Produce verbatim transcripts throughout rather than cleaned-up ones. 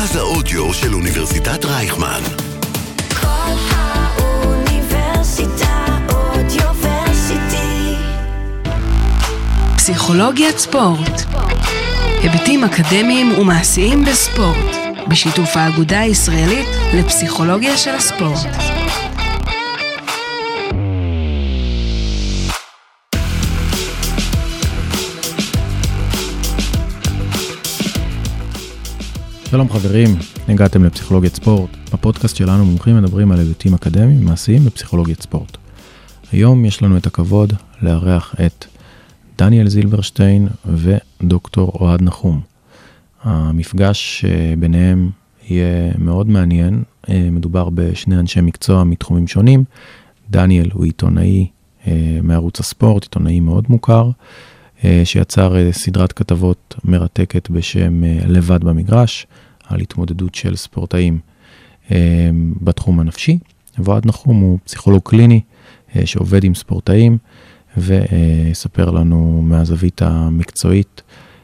מרכז האודיו של אוניברסיטת רייכמן. כל האוניברסיטה אודיוורסיטי. פסיכולוגיית ספורט. היבטים אקדמיים ומעשיים בספורט, בשיתוף האגודה הישראלית לפסיכולוגיה של הספורט. שלום חברים, הגעתם לפסיכולוגיית ספורט. בפודקאסט שלנו מומחים מדברים על היבטים אקדמיים ומעשיים בפסיכולוגיית ספורט. היום יש לנו את הכבוד לארח את דניאל זילברשטיין ודוקטור אוהד נחום. המפגש ביניהם יהיה מאוד מעניין. מדובר בשני אנשי מקצוע מתחומים שונים. דניאל הוא עיתונאי מערוץ הספורט, עיתונאי מאוד מוכר, שיצר סדרת כתבות מרתקת בשם לבד במגרש, על התמודדות של ספורטאים בתחום הנפשי. ואוהד נחום הוא פסיכולוג קליני שעובד עם ספורטאים, ויספר לנו מהזווית המקצועית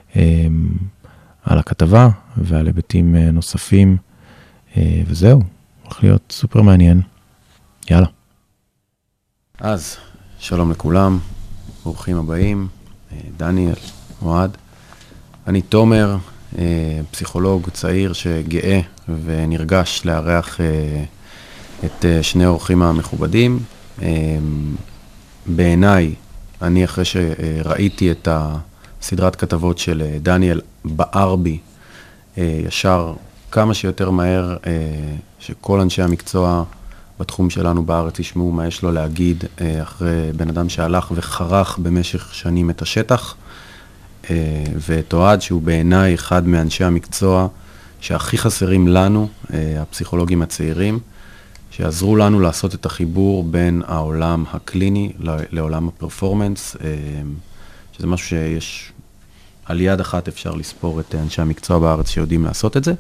על הכתבה ועל היבטים נוספים, וזהו, הולך להיות סופר מעניין. יאללה. אז, שלום לכולם, ברוכים הבאים. דניאל, אוהד. אני תומר, פסיכולוג צעיר שגאה ונרגש לארח את שני האורחים המכובדים. בעיניי, אני אחרי שראיתי את הסדרת כתבות של דניאל בער בי, ישר כמה שיותר מהר שכל אנשי המקצוע בתחום שלנו בארץ ישמעו מה יש לו להגיד אחרי בן אדם שהלך וחרך במשך שנים את השטח, ואת אוהד שהוא בעיניי אחד מאנשי המקצוע שהכי חסרים לנו, הפסיכולוגים הצעירים, שעזרו לנו לעשות את החיבור בין העולם הקליני לעולם הפרפורמנס, שזה משהו שיש על יד אחת אפשר לספור את אנשי המקצוע בארץ שיודעים לעשות את זה.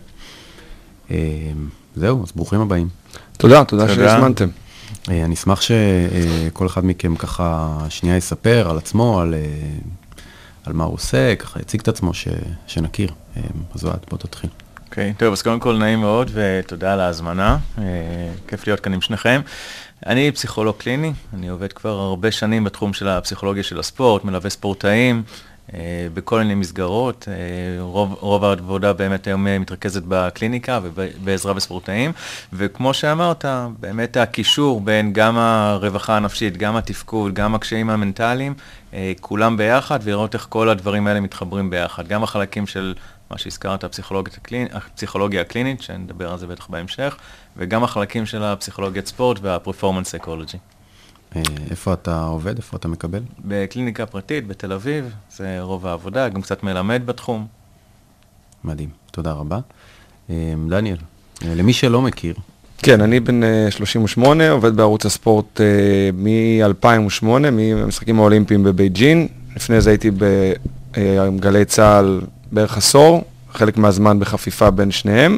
זהו, אז ברוכים הבאים. תודה, תודה שהזמנתם. אני אשמח שכל אחד מכם ככה שנייה יספר על עצמו, על, על מה הוא עושה, ככה יציג את עצמו ש, שנכיר. אז אוהד, בוא תתחיל. אוקיי, טוב, אז קודם כל נעים מאוד ותודה על ההזמנה. כיף להיות כאן עם שניכם. אני פסיכולוג קליני, אני עובד כבר הרבה שנים בתחום של הפסיכולוגיה של הספורט, מלווה ספורטאים, בכל מיני מסגרות. רוב, רוב העבודה באמת היום מתרכזת בקליניקה ובעזרה בספורטאים, וכמו שאמרת, באמת הקישור בין גם הרווחה הנפשית, גם התפקוד, גם הקשיים המנטליים, כולם ביחד, ולראות איך כל הדברים האלה מתחברים ביחד. גם החלקים של מה שהזכרת, הפסיכולוגיה הקלינית, שנדבר על זה בטח בהמשך, וגם החלקים של הפסיכולוגיית ספורט והפרפורמנס סייקולוגי. איפה אתה עובד? איפה אתה מקבל? בקליניקה פרטית, בתל אביב, זה רוב העבודה, גם קצת מלמד בתחום. מדהים, תודה רבה. דניאל, למי שלא מכיר. כן, אני בן שלושים ושמונה, עובד בערוץ הספורט מ-אלפיים ושמונה, מהמשחקים האולימפיים בבייג'ין. לפני זה הייתי בגלי צהל בערך עשור, חלק מהזמן בחפיפה בין שניהם,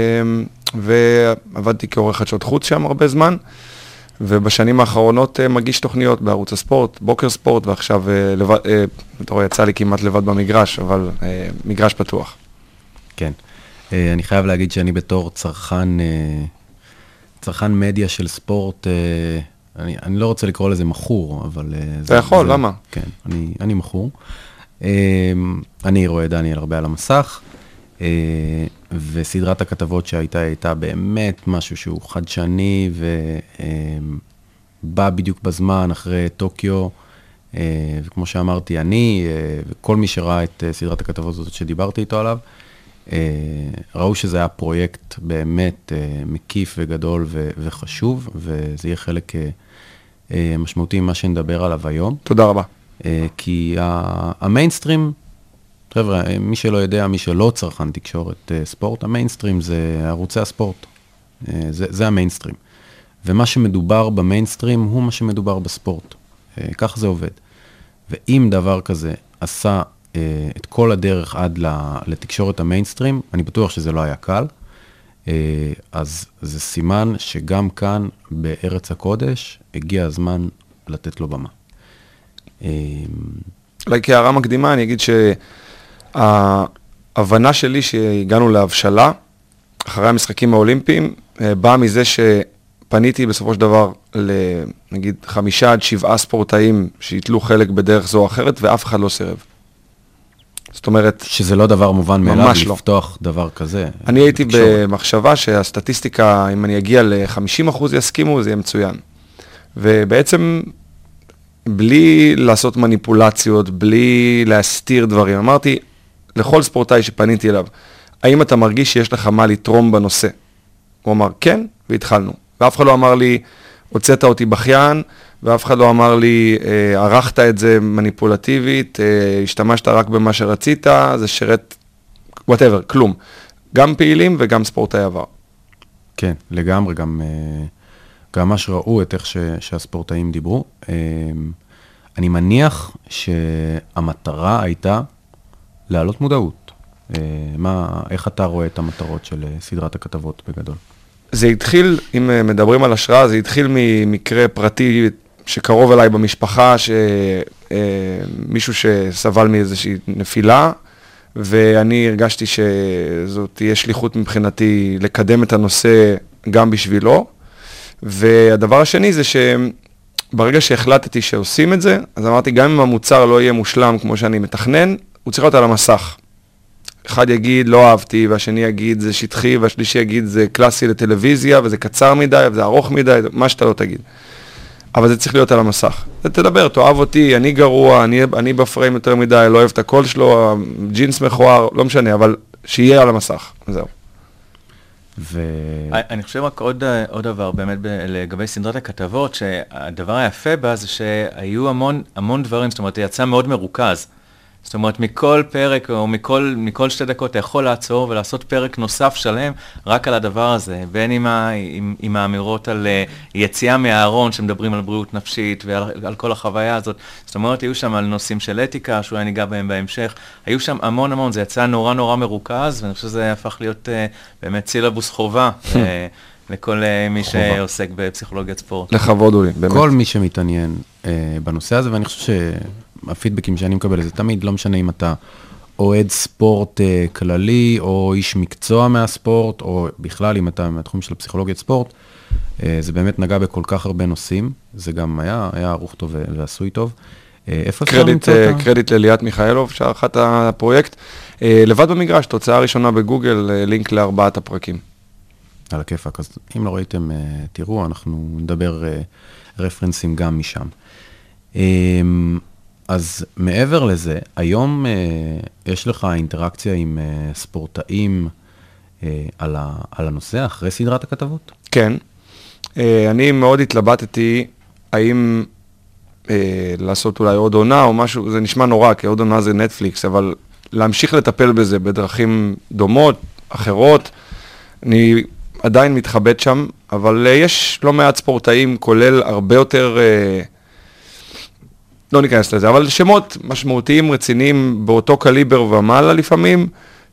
ועבדתי כעורך חדשות חוץ שם הרבה זמן. ובשנים האחרונות מגיש תוכניות בערוץ הספורט, בוקר ספורט, ועכשיו לבד, אתה רואה, יצא לי כמעט לבד במגרש, אבל מגרש פתוח. כן. אני חייב להגיד שאני בתור צרכן, צרכן מדיה של ספורט, אני, אני לא רוצה לקרוא לזה מחור, אבל... אתה זה, יכול, זה, למה? כן, אני, אני מחור. אני רואה דניאל הרבה על המסך, וסדרת הכתבות שהייתה הייתה באמת משהו שהוא חדשני ובא בדיוק בזמן אחרי טוקיו, וכמו שאמרתי אני וכל מי שראה את סדרת הכתבות הזאת שדיברתי איתו עליו, ראו שזה היה פרויקט באמת מקיף וגדול וחשוב, וזה יהיה חלק משמעותי ממה שנדבר עליו היום. תודה רבה. כי המיינסטרים, חבר'ה, מי שלא יודע, מי שלא צרכן תקשורת ספורט, המיינסטרים זה ערוצי הספורט. זה, זה המיינסטרים. ומה שמדובר במיינסטרים הוא מה שמדובר בספורט. כך זה עובד. ואם דבר כזה עשה את כל הדרך עד לתקשורת המיינסטרים, אני בטוח שזה לא היה קל, אז זה סימן שגם כאן בארץ הקודש הגיע הזמן לתת לו במה. אולי כהערה מקדימה, אני אגיד שההבנה שלי שהגענו להבשלה, אחרי המשחקים האולימפיים, בא מזה שפניתי בסופו של דבר לנגיד חמישה עד שבעה ספורטאים שיתלו חלק בדרך זו או אחרת, ואף אחד לא סירב. זאת אומרת... שזה לא דבר מובן מאליו לפתוח לא. דבר כזה. אני הייתי במחשבה שהסטטיסטיקה, אם אני אגיע ל-חמישים אחוז יסכימו, זה יהיה מצוין. ובעצם, בלי לעשות מניפולציות, בלי להסתיר דברים, אמרתי, לכל ספורטאי שפניתי אליו, האם אתה מרגיש שיש לך מה לתרום בנושא? הוא אמר, כן, והתחלנו. ואף אחד לא אמר לי, הוצאת אותי בכיין, ואף אחד לא אמר לי, אה, ערכת את זה מניפולטיבית, אה, השתמשת רק במה שרצית, זה שרת, whatever, כלום. גם פעילים וגם ספורטאי עבר. כן, לגמרי, גם, גם מה שראו את איך ש, שהספורטאים דיברו. אני מניח שהמטרה הייתה להעלות מודעות. מה, איך אתה רואה את המטרות של סדרת הכתבות בגדול? זה התחיל, אם מדברים על השראה, זה התחיל ממקרה פרטי שקרוב אליי במשפחה, שמישהו שסבל מאיזושהי נפילה, ואני הרגשתי שזאת תהיה שליחות מבחינתי לקדם את הנושא גם בשבילו. והדבר השני זה שברגע שהחלטתי שעושים את זה, אז אמרתי, גם אם המוצר לא יהיה מושלם כמו שאני מתכנן, הוא צריך להיות על המסך. אחד יגיד לא אהבתי, והשני יגיד זה שטחי, והשלישי יגיד זה קלאסי לטלוויזיה, וזה קצר מדי, וזה ארוך מדי, מה שאתה לא תגיד. אבל זה צריך להיות על המסך. תדבר, תאהב אותי, אני גרוע, אני, אני בפריים יותר מדי, לא אוהב את הקול שלו, ג'ינס מכוער, לא משנה, אבל שיהיה על המסך, זהו. ו... אני חושב רק עוד, עוד דבר, באמת לגבי סדרת הכתבות, שהדבר היפה בה זה שהיו המון, המון דברים, זאת אומרת, זה יצא מאוד מרוכז. זאת אומרת, מכל פרק או מכל, מכל שתי דקות אתה יכול לעצור ולעשות פרק נוסף שלם רק על הדבר הזה, בין עם, ה, עם, עם האמירות על uh, יציאה מהארון שמדברים על בריאות נפשית ועל על כל החוויה הזאת. זאת אומרת, היו שם על נושאים של אתיקה, שאולי ניגע בהם בהמשך. היו שם המון המון, זה יצא נורא נורא מרוכז, ואני חושב שזה הפך להיות uh, באמת סילבוס חובה uh, לכל uh, מי חובה. שעוסק בפסיכולוגיית ספורט. לכבוד הוא לי, באמת. כל מי שמתעניין uh, בנושא הזה, ואני חושב ש... הפידבקים שאני מקבל, זה תמיד לא משנה אם אתה אוהד ספורט uh, כללי, או איש מקצוע מהספורט, או בכלל אם אתה מהתחום של הפסיכולוגיית ספורט, uh, זה באמת נגע בכל כך הרבה נושאים, זה גם היה, היה ערוך טוב ועשוי טוב. Uh, איפה אפשר למצוא uh, אותה? קרדיט לליאת מיכאלוב, שערכת הפרויקט. Uh, לבד במגרש, תוצאה ראשונה בגוגל, uh, לינק לארבעת הפרקים. על הכיפק, אז אם לא ראיתם, uh, תראו, אנחנו נדבר uh, רפרנסים גם משם. Uh, אז מעבר לזה, היום אה, יש לך אינטראקציה עם אה, ספורטאים אה, על, ה, על הנושא אחרי סדרת הכתבות? כן. אה, אני מאוד התלבטתי האם אה, לעשות אולי עוד עונה או משהו, זה נשמע נורא, כי עוד עונה זה נטפליקס, אבל להמשיך לטפל בזה בדרכים דומות, אחרות. אני עדיין מתחבט שם, אבל אה, יש לא מעט ספורטאים, כולל הרבה יותר... אה, לא ניכנס לזה, אבל שמות משמעותיים, רציניים, באותו קליבר ומעלה לפעמים,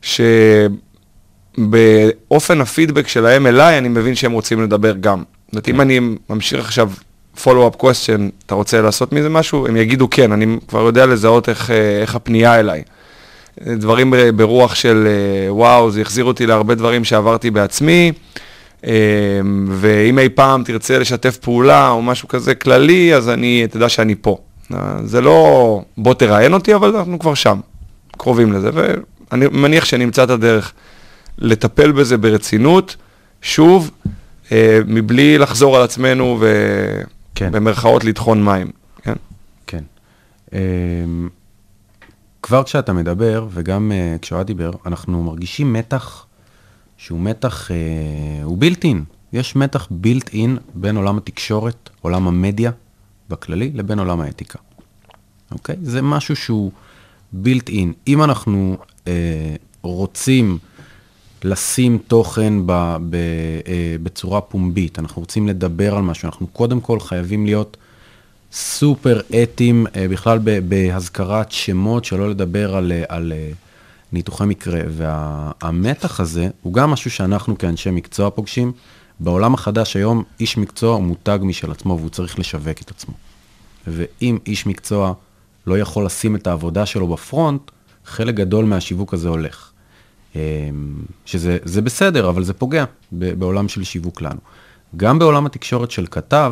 שבאופן הפידבק שלהם אליי, אני מבין שהם רוצים לדבר גם. זאת אומרת, אם אני ממשיך עכשיו follow-up question, אתה רוצה לעשות מזה משהו? הם יגידו כן, אני כבר יודע לזהות איך, איך הפנייה אליי. דברים ברוח של, וואו, זה יחזיר אותי להרבה דברים שעברתי בעצמי, ואם אי פעם תרצה לשתף פעולה או משהו כזה כללי, אז אני, תדע שאני פה. זה לא בוא תראיין אותי, אבל אנחנו כבר שם, קרובים לזה, ואני מניח שנמצא את הדרך לטפל בזה ברצינות, שוב, אה, מבלי לחזור על עצמנו ובמרכאות כן. לדחון מים. כן? כן. אה, כבר כשאתה מדבר, וגם אה, כשאתה דיבר, אנחנו מרגישים מתח, שהוא מתח, אה, הוא בילט-אין. יש מתח בילט-אין בין עולם התקשורת, עולם המדיה, בכללי, לבין עולם האתיקה. אוקיי? זה משהו שהוא built in. אם אנחנו אה, רוצים לשים תוכן ב, ב, אה, בצורה פומבית, אנחנו רוצים לדבר על משהו, אנחנו קודם כל חייבים להיות סופר אתיים, אה, בכלל ב, בהזכרת שמות, שלא לדבר על, על אה, ניתוחי מקרה. והמתח הזה הוא גם משהו שאנחנו כאנשי מקצוע פוגשים, בעולם החדש היום איש מקצוע הוא מותג משל עצמו והוא צריך לשווק את עצמו. ואם איש מקצוע לא יכול לשים את העבודה שלו בפרונט, חלק גדול מהשיווק הזה הולך. שזה זה בסדר, אבל זה פוגע בעולם של שיווק לנו. גם בעולם התקשורת של כתב,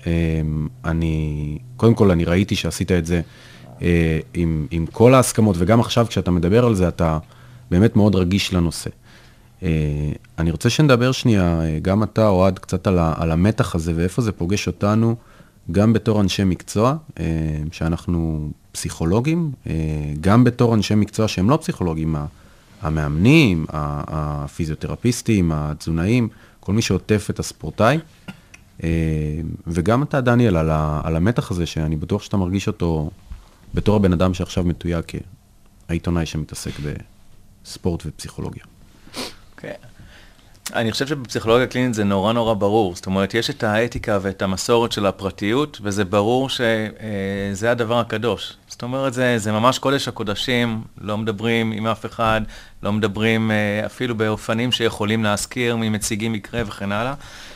אני, קודם כל אני ראיתי שעשית את זה עם, עם כל ההסכמות, וגם עכשיו כשאתה מדבר על זה, אתה באמת מאוד רגיש לנושא. אני רוצה שנדבר שנייה, גם אתה אוהד קצת על, ה, על המתח הזה, ואיפה זה פוגש אותנו, גם בתור אנשי מקצוע, שאנחנו פסיכולוגים, גם בתור אנשי מקצוע שהם לא פסיכולוגים, המאמנים, הפיזיותרפיסטים, התזונאים, כל מי שעוטף את הספורטאי, וגם אתה, דניאל, על, ה, על המתח הזה, שאני בטוח שאתה מרגיש אותו בתור הבן אדם שעכשיו מתויג כעיתונאי שמתעסק בספורט ופסיכולוגיה. אוקיי. Okay. אני חושב שבפסיכולוגיה קלינית זה נורא נורא ברור. זאת אומרת, יש את האתיקה ואת המסורת של הפרטיות, וזה ברור שזה הדבר הקדוש. זאת אומרת, זה, זה ממש קודש הקודשים, לא מדברים עם אף אחד, לא מדברים אפילו באופנים שיכולים להזכיר ממציגים מקרה וכן הלאה.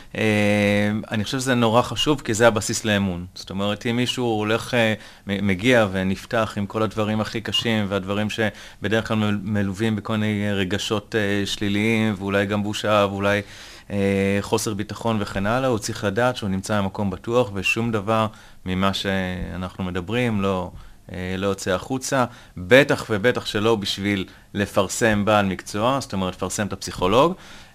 אני חושב שזה נורא חשוב, כי זה הבסיס לאמון. זאת אומרת, אם מישהו הולך, מגיע ונפתח עם כל הדברים הכי קשים, והדברים שבדרך כלל מלווים בכל מיני רגשות שליליים, ואולי גם בושה, ואולי חוסר ביטחון וכן הלאה, הוא צריך לדעת שהוא נמצא במקום בטוח, ושום דבר ממה שאנחנו מדברים לא, לא יוצא החוצה, בטח ובטח שלא בשביל לפרסם בעל מקצוע, זאת אומרת, לפרסם את הפסיכולוג,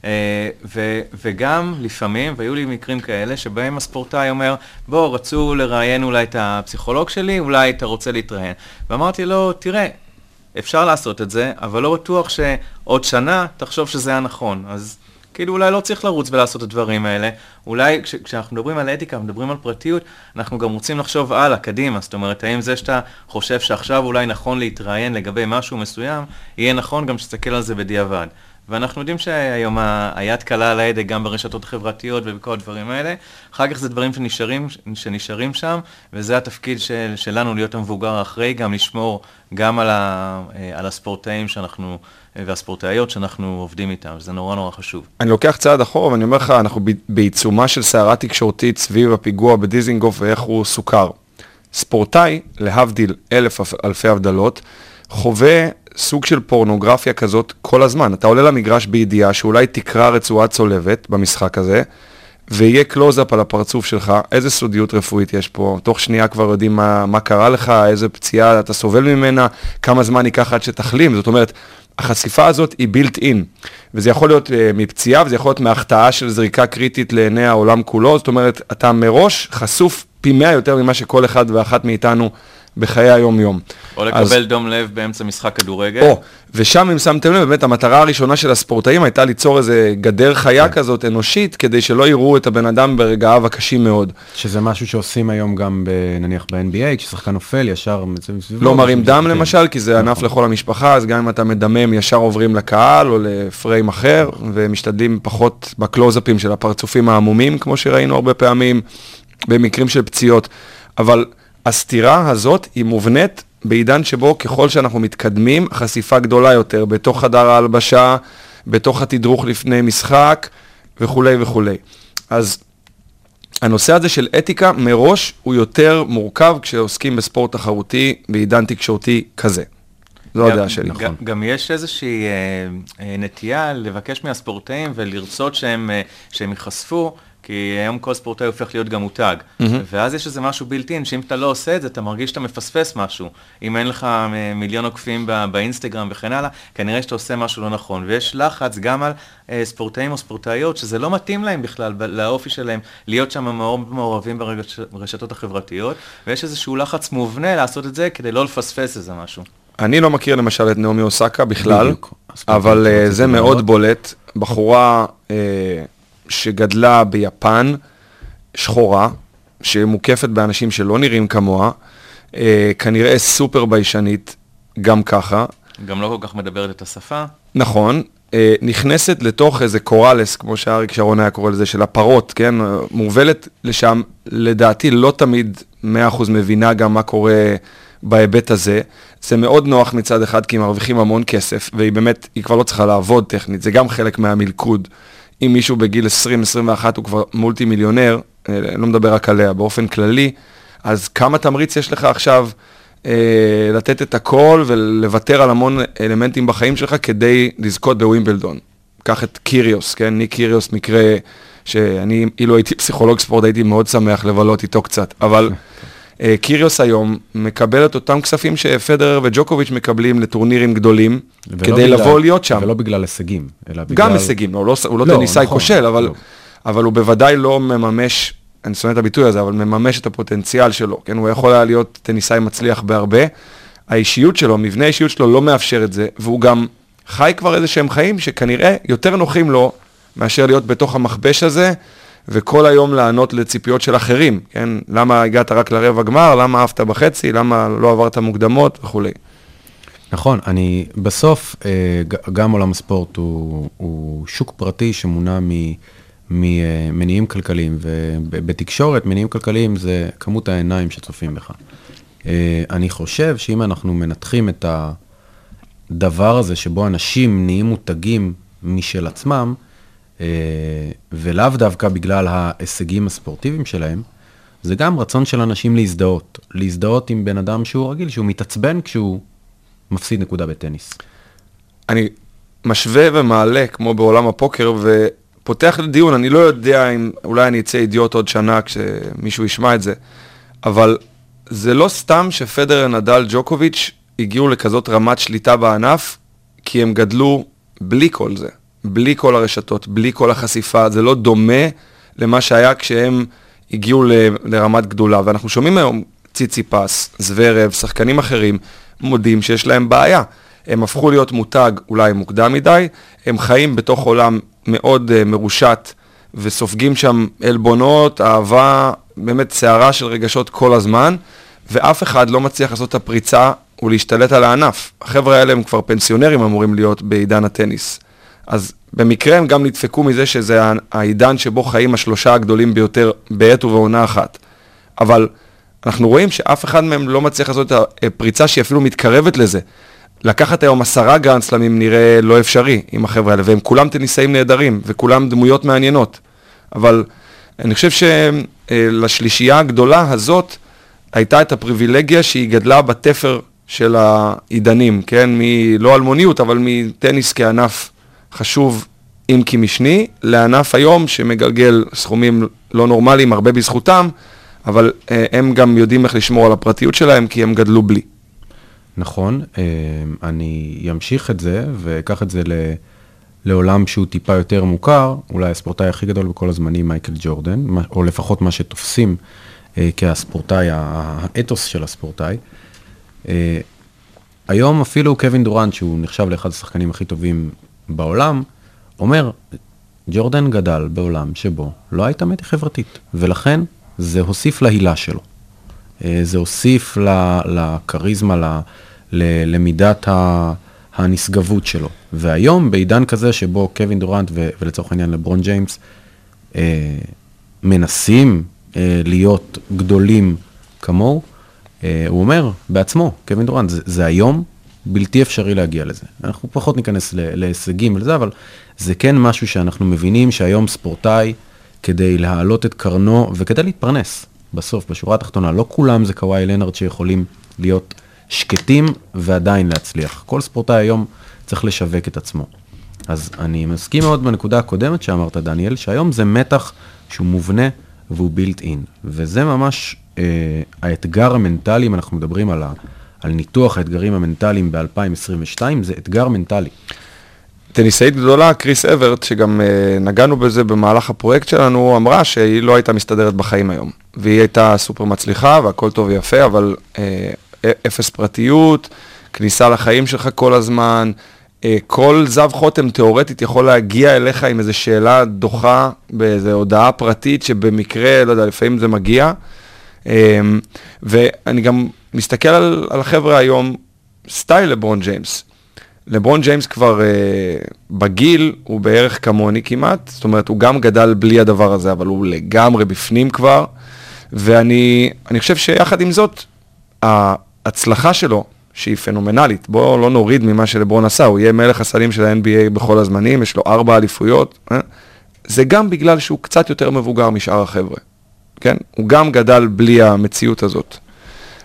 ו- וגם לפעמים, והיו לי מקרים כאלה, שבהם הספורטאי אומר, בוא, רצו לראיין אולי את הפסיכולוג שלי, אולי אתה רוצה להתראיין. ואמרתי לו, תראה, אפשר לעשות את זה, אבל לא בטוח שעוד שנה תחשוב שזה היה נכון. אז כאילו אולי לא צריך לרוץ ולעשות את הדברים האלה. אולי כש- כשאנחנו מדברים על אתיקה, מדברים על פרטיות, אנחנו גם רוצים לחשוב הלאה, קדימה. זאת אומרת, האם זה שאתה חושב שעכשיו אולי נכון להתראיין לגבי משהו מסוים, יהיה נכון גם שתסתכל על זה בדיעבד. ואנחנו יודעים שהיום היד קלה על ההדק גם ברשתות החברתיות ובכל הדברים האלה. אחר כך זה דברים שנשארים, שנשארים שם, וזה התפקיד של, שלנו להיות המבוגר האחראי, גם לשמור גם על, ה, על הספורטאים שאנחנו, והספורטאיות שאנחנו עובדים איתם. זה נורא נורא חשוב. אני לוקח צעד אחורה ואני אומר לך, אנחנו בעיצומה של סערה תקשורתית סביב הפיגוע בדיזינגוף ואיך הוא סוכר. ספורטאי, להבדיל אלף אלפי הבדלות, חווה סוג של פורנוגרפיה כזאת כל הזמן. אתה עולה למגרש בידיעה שאולי תקרא רצועה צולבת במשחק הזה, ויהיה קלוז-אפ על הפרצוף שלך, איזה סודיות רפואית יש פה, תוך שנייה כבר יודעים מה, מה קרה לך, איזה פציעה אתה סובל ממנה, כמה זמן ייקח עד שתחלים. זאת אומרת, החשיפה הזאת היא built in, וזה יכול להיות uh, מפציעה, וזה יכול להיות מההחטאה של זריקה קריטית לעיני העולם כולו. זאת אומרת, אתה מראש חשוף פי מאה יותר ממה שכל אחד ואחת מאיתנו בחיי היום-יום. או לקבל אז, דום לב באמצע משחק כדורגל. או, ושם אם שמתם לב, באמת המטרה הראשונה של הספורטאים הייתה ליצור איזה גדר חיה כזאת אנושית, כדי שלא יראו את הבן אדם ברגעיו הקשים מאוד. שזה משהו שעושים היום גם נניח ב-אן בי איי, כששחקן נופל ישר... לא מרים דם למשל, כי זה ענף לכל המשפחה, אז גם אם אתה מדמם ישר עוברים לקהל או לפריים אחר, ומשתדלים פחות בקלוז-אפים של הפרצופים העמומים, כמו שראינו הרבה פעמים, במקרים של פציעות. אבל הסתירה הזאת היא מובנית בעידן שבו ככל שאנחנו מתקדמים, חשיפה גדולה יותר בתוך חדר ההלבשה, בתוך התדרוך לפני משחק וכו' וכו'. אז הנושא הזה של אתיקה מראש הוא יותר מורכב כשעוסקים בספורט תחרותי בעידן תקשורתי כזה. זו הדעה שלי. נכון. גם יש איזושהי נטייה לבקש מהספורטאים ולרצות שהם ייחשפו, כי היום כל ספורטאי הופך להיות גם מותג. Mm-hmm. ואז יש איזה משהו בלתי-אין, שאם אתה לא עושה את זה, אתה מרגיש שאתה מפספס משהו. אם אין לך מיליון עוקפים בא, באינסטגרם וכן הלאה, כנראה שאתה עושה משהו לא נכון. ויש לחץ גם על אה, ספורטאים או ספורטאיות, שזה לא מתאים להם בכלל, ב- לאופי שלהם, להיות שם מאוד מעורבים ברש... ברשתות החברתיות, ויש איזשהו לחץ מובנה לעשות את זה, כדי לא לפספס איזה משהו. אני לא מכיר למשל את נעמי אוסקה בכלל, אבל uh, זה מאוד בולט. בחורה... Uh, שגדלה ביפן, שחורה, שמוקפת באנשים שלא נראים כמוה, אה, כנראה סופר ביישנית, גם ככה. גם לא כל כך מדברת את השפה. נכון, אה, נכנסת לתוך איזה קורלס, כמו שאריק שרון היה קורא לזה, של הפרות, כן? מובלת לשם, לדעתי לא תמיד מאה אחוז מבינה גם מה קורה בהיבט הזה. זה מאוד נוח מצד אחד, כי הם מרוויחים המון כסף, והיא באמת, היא כבר לא צריכה לעבוד טכנית, זה גם חלק מהמלכוד. אם מישהו בגיל עשרים עשרים ואחת הוא כבר מולטי מיליונר, לא מדבר רק עליה, באופן כללי, אז כמה תמריץ יש לך עכשיו אה, לתת את הכל ולוותר על המון אלמנטים בחיים שלך כדי לזכות בווימבלדון. קח את קיריוס, כן? ניק קיריוס מקרה שאני, אילו הייתי פסיכולוג ספורט, הייתי מאוד שמח לבלות איתו קצת, אבל אה, קיריוס היום מקבל את אותם כספים שפדרר וג'וקוביץ' מקבלים לטורנירים גדולים, כדי בגלל, לבוא להיות שם. ולא בגלל הישגים, אלא בגלל... גם הישגים, הוא לא, הוא לא, לא טניסאי נכון, כושל, אבל, לא. אבל הוא בוודאי לא מממש, אני שונא את הביטוי הזה, אבל מממש את הפוטנציאל שלו, כן? הוא יכול היה להיות טניסאי מצליח בהרבה. האישיות שלו, מבנה האישיות שלו לא מאפשר את זה, והוא גם חי כבר איזה שהם חיים שכנראה יותר נוחים לו מאשר להיות בתוך המכבש הזה, וכל היום לענות לציפיות של אחרים, כן? למה הגעת רק לרבע גמר, למה אהבת בחצי, למה לא עברת מוקדמות וכו'. נכון, אני בסוף, גם עולם הספורט הוא, הוא שוק פרטי שמונע ממניעים כלכליים, ובתקשורת מניעים כלכליים זה כמות העיניים שצופים בך. אני חושב שאם אנחנו מנתחים את הדבר הזה שבו אנשים נהיים מותגים משל עצמם, ולאו דווקא בגלל ההישגים הספורטיביים שלהם, זה גם רצון של אנשים להזדהות. להזדהות עם בן אדם שהוא רגיל, שהוא מתעצבן כשהוא מפסיד נקודה בטניס. אני משווה ומעלה, כמו בעולם הפוקר, ופותח לדיון, אני לא יודע אם אולי אני אצא אידיוט עוד שנה כשמישהו ישמע את זה, אבל זה לא סתם שפדרר, נדל, ג'וקוביץ' הגיעו לכזאת רמת שליטה בענף, כי הם גדלו בלי כל זה, בלי כל הרשתות, בלי כל החשיפה, זה לא דומה למה שהיה כשהם הגיעו ל- לרמת גדולה, ואנחנו שומעים היום ציציפס, זוורב, שחקנים אחרים, מודים שיש להם בעיה. הם הפכו להיות מותג אולי מוקדם מדי, הם חיים בתוך עולם מאוד uh, מרושת, וסופגים שם אלבונות, אהבה, באמת שערה של רגשות כל הזמן, ואף אחד לא מצליח לעשות את הפריצה ולהשתלט על הענף. החבר'ה האלה הם כבר פנסיונרים אמורים להיות בעידן הטניס. אז במקרה הם גם נדפקו מזה שזה העידן שבו חיים השלושה הגדולים ביותר בעת ובעונה אחת. אבל אנחנו רואים שאף אחד מהם לא מצליח לעשות את הפריצה שהיא אפילו מתקרבת לזה. לקחת היום עשרה גרנד סלמים נראה לא אפשרי עם החבר'ה האלה, והם כולם טניסאים נהדרים, וכולם דמויות מעניינות. אבל אני חושב שלשלישייה הגדולה הזאת, הייתה את הפריבילגיה שהיא גדלה בתפר של העידנים, כן? מלא אלמוניות, אבל מטניס כענף חשוב, אם כי משני, לענף היום שמגלגל סכומים לא נורמליים, הרבה בזכותם, אבל הם גם יודעים איך לשמור על הפרטיות שלהם, כי הם גדלו בלי. נכון, אני ימשיך את זה, ואקח את זה לעולם שהוא טיפה יותר מוכר, אולי הספורטאי הכי גדול בכל הזמנים, מייקל ג'ורדן, או לפחות מה שתופסים כהספורטאי, האתוס של הספורטאי. היום אפילו קווין דורנט, שהוא נחשב לאחד השחקנים הכי טובים בעולם, אומר, ג'ורדן גדל בעולם שבו לא הייתה מדיה חברתית, ולכן זה הוסיף להילה שלו. זה הוסיף לקריזמה, למידת הנשגבות שלו. והיום, בעידן כזה שבו קווין דורנט ולצורך העניין לברון ג'יימס, מנסים להיות גדולים כמוהו, הוא אומר בעצמו, קווין דורנט, זה, זה היום בלתי אפשרי להגיע לזה. אנחנו פחות ניכנס להישגים ולזה, אבל זה כן משהו שאנחנו מבינים שהיום ספורטאי, כדי להעלות את קרנו וכדי להתפרנס בסוף, בשורה התחתונה. לא כולם זה קוואי לנארד שיכולים להיות שקטים ועדיין להצליח. כל ספורטאי היום צריך לשווק את עצמו. אז אני מסכים מאוד בנקודה הקודמת שאמרת, דניאל, שהיום זה מתח שהוא מובנה והוא built in. וזה ממש אה, האתגר המנטלי, אם אנחנו מדברים על, ה, על ניתוח האתגרים המנטליים ב-אלפיים עשרים ושתיים, זה אתגר מנטלי. טניסאית גדולה, קריס אברט, שגם אה, נגענו בזה במהלך הפרויקט שלנו, אמרה שהיא לא הייתה מסתדרת בחיים היום. והיא הייתה סופר מצליחה והכל טוב ויפה, אבל אה, אפס פרטיות, כניסה לחיים שלך כל הזמן, אה, כל זב חותם תיאורטית יכול להגיע אליך עם איזו שאלה דוחה, באיזו הודעה פרטית שבמקרה, לא יודע, לפעמים זה מגיע. אה, ואני גם מסתכל על, על החבר'ה היום, סטייל לברון ג'יימס. לברון ג'יימס כבר אה, בגיל, הוא בערך כמוני כמעט, זאת אומרת, הוא גם גדל בלי הדבר הזה, אבל הוא לגמרי בפנים כבר, ואני אני חושב שיחד עם זאת, ההצלחה שלו, שהיא פנומנלית, בואו לא נוריד ממה שלברון עשה, הוא יהיה מלך הסלים של ה-אן בי איי בכל הזמנים, יש לו ארבע אליפויות, אה? זה גם בגלל שהוא קצת יותר מבוגר משאר החבר'ה, כן? הוא גם גדל בלי המציאות הזאת.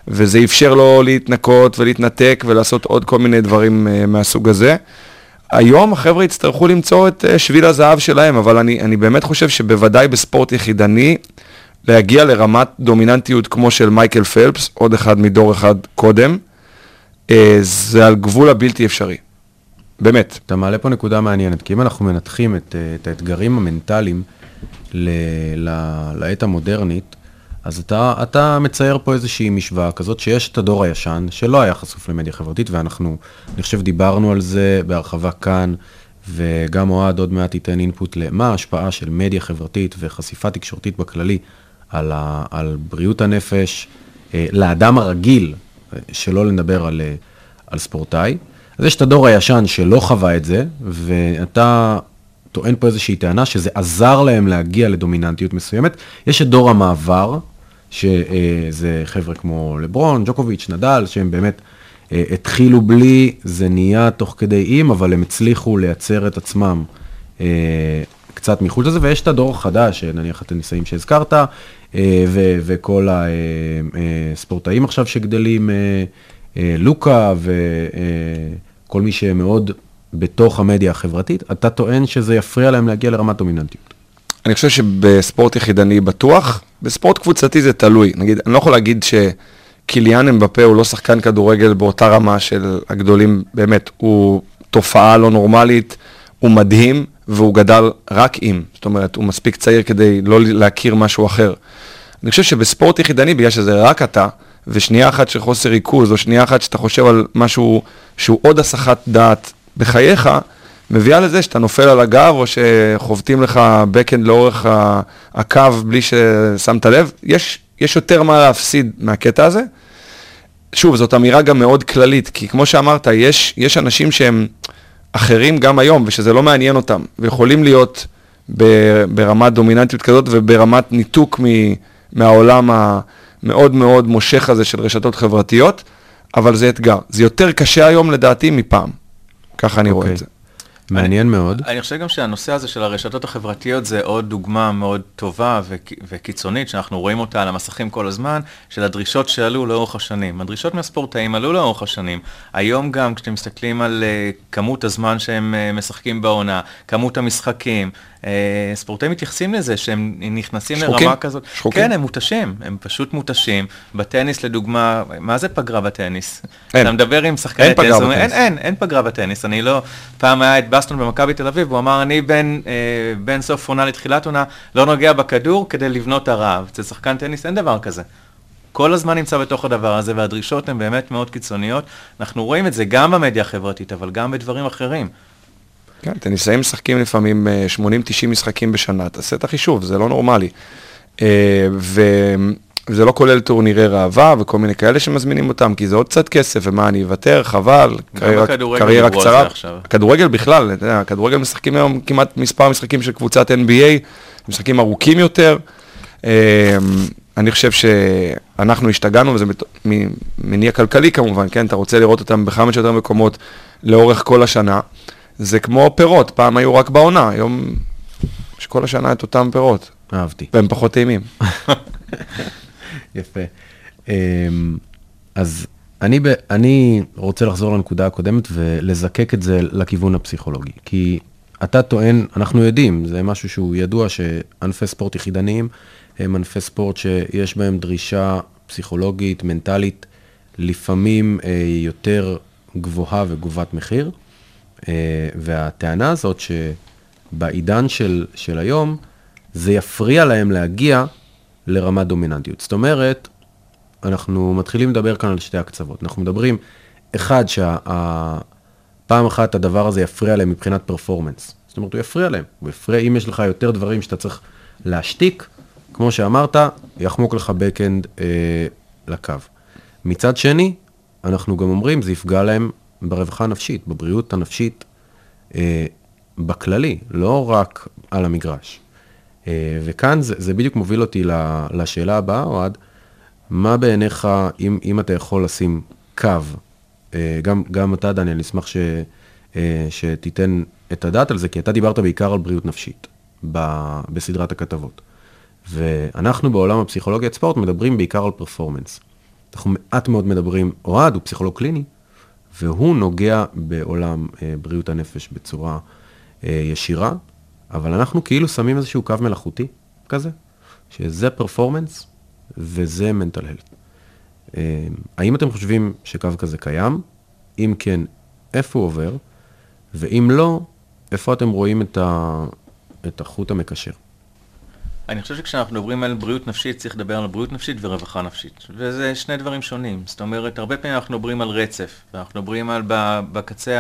וזה אפשר לו להתנקות ולהתנתק ולעשות עוד כל מיני דברים uh, מהסוג הזה. היום החבר'ה יצטרכו למצוא את uh, שביל הזהב שלהם, אבל אני, אני באמת חושב שבוודאי בספורט יחידני, להגיע לרמת דומיננטיות כמו של מייקל פלפס, עוד אחד מדור אחד קודם, uh, זה על גבול הבלתי אפשרי. באמת. אתה מעלה פה נקודה מעניינת, כי אם אנחנו מנתחים את, את האתגרים המנטליים ל, ל, לעת המודרנית, אז אתה, אתה מצייר פה איזושהי משוואה כזאת שיש את הדור הישן, שלא היה חשוף למדיה חברתית, ואנחנו, אני חושב, דיברנו על זה בהרחבה כאן, וגם אוהד עוד מעט ייתן אינפוט למה ההשפעה של מדיה חברתית וחשיפה תקשורתית בכללי על, ה, על בריאות הנפש, לאדם הרגיל, שלא לדבר על, על ספורטאי. אז יש את הדור הישן שלא חווה את זה, ואתה טוען פה איזושהי טענה שזה עזר להם להגיע לדומיננטיות מסוימת. יש את דור המעבר, שזה חבר'ה כמו לברון, ג'וקוביץ', נדל, שהם באמת התחילו בלי, זה נהיה תוך כדי עם, אבל הם הצליחו לייצר את עצמם קצת מחוץ לזה, ויש את הדור החדש, נניח את הניסאים שהזכרת, ו- וכל הספורטאים עכשיו שגדלים, לוקה וכל מי שמאוד בתוך המדיה החברתית, אתה טוען שזה יפריע להם להגיע לרמת דומיננטיות. אני חושב שבספורט יחידני בטוח, בספורט קבוצתי זה תלוי. נגיד, אני לא יכול להגיד שקיליאן אמבפה הוא לא שחקן כדורגל באותה רמה של הגדולים, באמת, הוא תופעה לא נורמלית, הוא מדהים, והוא גדל רק עם. זאת אומרת, הוא מספיק צעיר כדי לא להכיר משהו אחר. אני חושב שבספורט יחידני, בגלל שזה רק אתה, ושנייה אחת של חוסר ריכוז, או שנייה אחת שאתה חושב על משהו שהוא עוד הסחת דעת בחייך, מביאה לזה שאתה נופל על הגב, או שחובטים לך בקאנד לאורך הקו בלי ששמת לב. יש, יש יותר מה להפסיד מהקטע הזה. שוב, זאת אמירה גם מאוד כללית, כי כמו שאמרת, יש, יש אנשים שהם אחרים גם היום, ושזה לא מעניין אותם, ויכולים להיות ברמת דומיננטיות כזאת, וברמת ניתוק מ, מהעולם המאוד מאוד מושך הזה של רשתות חברתיות, אבל זה אתגר. זה יותר קשה היום לדעתי מפעם. ככה אני רואה את זה. מעניין מאוד. אני חושב גם שהנושא הזה של הרשתות החברתיות זה עוד דוגמה מאוד טובה וקיצונית, שאנחנו רואים אותה על המסכים כל הזמן, של הדרישות שעלו לאורך השנים. הדרישות מהספורטאים עלו לאורך השנים. היום גם כשאתם מסתכלים על כמות הזמן שהם משחקים בעונה, כמות המשחקים, ספורטאים מתייחסים לזה שהם נכנסים שחוקים? לרמה כזאת. שחוקים? כן, הם מותשים, הם פשוט מותשים. בטניס לדוגמה, מה זה פגרה בטניס? אין. אתה מדבר עם שחקני אין פגרה טניס, בטניס. אין, אין, אין פגרה בטניס. אני לא, פעם היה את בסטון במכבי תל אביב, הוא אמר, אני בין, אה, בין סוף עונה לתחילת עונה, לא נוגע בכדור כדי לבנות הרעב. אצל שחקן טניס אין דבר כזה. כל הזמן נמצא בתוך הדבר הזה, והדרישות הן באמת מאוד קיצוניות. אנחנו רואים את זה גם במדיה החברתית, אבל גם בדברים אחרים. כן, טניסאים משחקים לפעמים שמונים תשעים משחקים בשנה, תעשה את החישוב, זה לא נורמלי. וזה לא כולל טורנירי ראווה וכל מיני כאלה שמזמינים אותם, כי זה עוד קצת כסף, ומה אני אוותר, חבל, קריירה קצרה. כדורגל בכלל, הכדורגל משחקים היום כמעט מספר משחקים של קבוצת אן בי איי, משחקים ארוכים יותר. אני חושב שאנחנו השתגענו, וזה מניע כלכלי כמובן, כן, אתה רוצה לראות אותם בכמה שיותר מקומות לאורך כל השנה. זה כמו פירות, פעם היו רק בעונה, היום יש כל השנה את אותם פירות. אהבתי. והם פחות טעימים. יפה. אז אני, ב, אני רוצה לחזור לנקודה הקודמת ולזקק את זה לכיוון הפסיכולוגי. כי אתה טוען, אנחנו יודעים, זה משהו שהוא ידוע שענפי ספורט יחידניים הם ענפי ספורט שיש בהם דרישה פסיכולוגית, מנטלית, לפעמים יותר גבוהה וגובת מחיר. והטענה הזאת שבעידן של, של היום, זה יפריע להם להגיע לרמת דומיננטיות. זאת אומרת, אנחנו מתחילים לדבר כאן על שתי הקצוות. אנחנו מדברים, אחד, שפעם אחת הדבר הזה יפריע להם מבחינת פרפורמנס. זאת אומרת, הוא יפריע להם. הוא יפריע, אם יש לך יותר דברים שאתה צריך להשתיק, כמו שאמרת, יחמוק לך בקאנד אה, לקו. מצד שני, אנחנו גם אומרים, זה יפגע להם ברווחה הנפשית, בבריאות הנפשית, אה, בכללי, לא רק על המגרש. אה, וכאן זה, זה בדיוק מוביל אותי לשאלה הבאה, אוהד, מה בעיניך, אם, אם אתה יכול לשים קו, אה, גם, גם אתה, דניאל, נשמח ש, אה, שתיתן את הדעת על זה, כי אתה דיברת בעיקר על בריאות נפשית, ב, בסדרת הכתבות. ואנחנו בעולם הפסיכולוגיית ספורט מדברים בעיקר על פרפורמנס. אנחנו מעט מאוד מדברים, אוהד הוא פסיכולוג קליני, והוא נוגע בעולם אה, בריאות הנפש בצורה אה, ישירה, אבל אנחנו כאילו שמים איזשהו קו מלאכותי כזה, שזה פרפורמנס וזה מנטל הלט. אה, האם אתם חושבים שקו כזה קיים? אם כן, איפה הוא עובר? ואם לא, איפה אתם רואים את, ה... את החוט המקשר? אני חושב שכשאנחנו מדברים על בריאות נפשית, צריך לדבר על בריאות נפשית ורווחה נפשית. וזה שני דברים שונים. זאת אומרת, הרבה פעמים אנחנו מדברים על רצף, ואנחנו מדברים על בקצה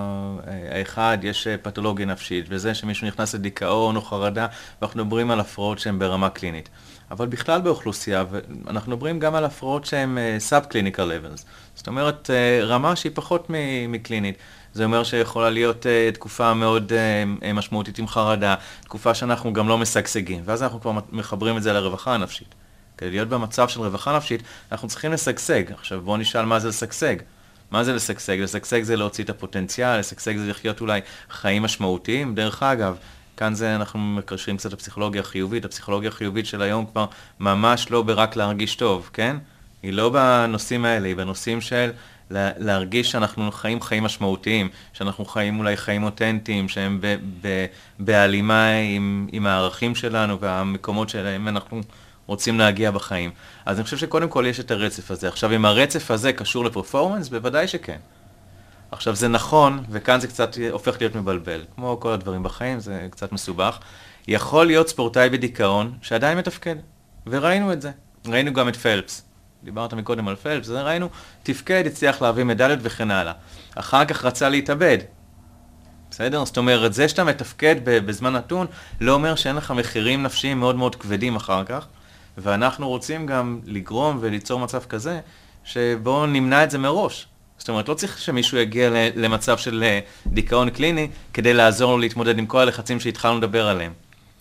האחד יש פתולוגיה נפשית, וזה שמישהו נכנס לדיכאון או חרדה, ואנחנו מדברים על הפרעות שהן ברמה קלינית. אבל בכלל באוכלוסייה, אנחנו מדברים גם על הפרעות שהן סאב-קליניקל לבלס. זאת אומרת, רמה שהיא פחות מקלינית. זה אומר שיכולה להיות uh, תקופה מאוד uh, משמעותית עם חרדה, תקופה שאנחנו גם לא משגשגים, ואז אנחנו כבר מחברים את זה לרווחה הנפשית. כדי להיות במצב של רווחה נפשית, אנחנו צריכים לשגשג. עכשיו בואו נשאל מה זה לשגשג. מה זה לשגשג? לשגשג זה להוציא את הפוטנציאל, לשגשג זה לחיות אולי חיים משמעותיים. דרך אגב, כאן זה אנחנו מקשרים קצת לפסיכולוגיה החיובית. הפסיכולוגיה החיובית של היום כבר ממש לא ברק להרגיש טוב, כן? היא לא בנושאים האלה, היא בנושאים של להרגיש שאנחנו חיים חיים משמעותיים, שאנחנו חיים אולי חיים אותנטיים, שהם ב- ב- בהלימה עם, עם הערכים שלנו והמקומות שלהם אנחנו רוצים להגיע בחיים. אז אני חושב שקודם כל יש את הרצף הזה. עכשיו, אם הרצף הזה קשור לפרפורמנס, בוודאי שכן. עכשיו, זה נכון, וכאן זה קצת הופך להיות מבלבל. כמו כל הדברים בחיים, זה קצת מסובך. יכול להיות ספורטאי בדיכאון שעדיין מתפקד, וראינו את זה. ראינו גם את פלפס. דיברת מקודם על פלפס, זה ראינו, תפקד, הצליח להביא מדליות וכן הלאה. אחר כך רצה להתאבד. בסדר? זאת אומרת, זה שאתה מתפקד בזמן נתון, לא אומר שאין לך מחירים נפשיים מאוד מאוד כבדים אחר כך, ואנחנו רוצים גם לגרום וליצור מצב כזה, שבו נמנע את זה מראש. זאת אומרת, לא צריך שמישהו יגיע למצב של דיכאון קליני, כדי לעזור לו להתמודד עם כל הלחצים שהתחלנו לדבר עליהם.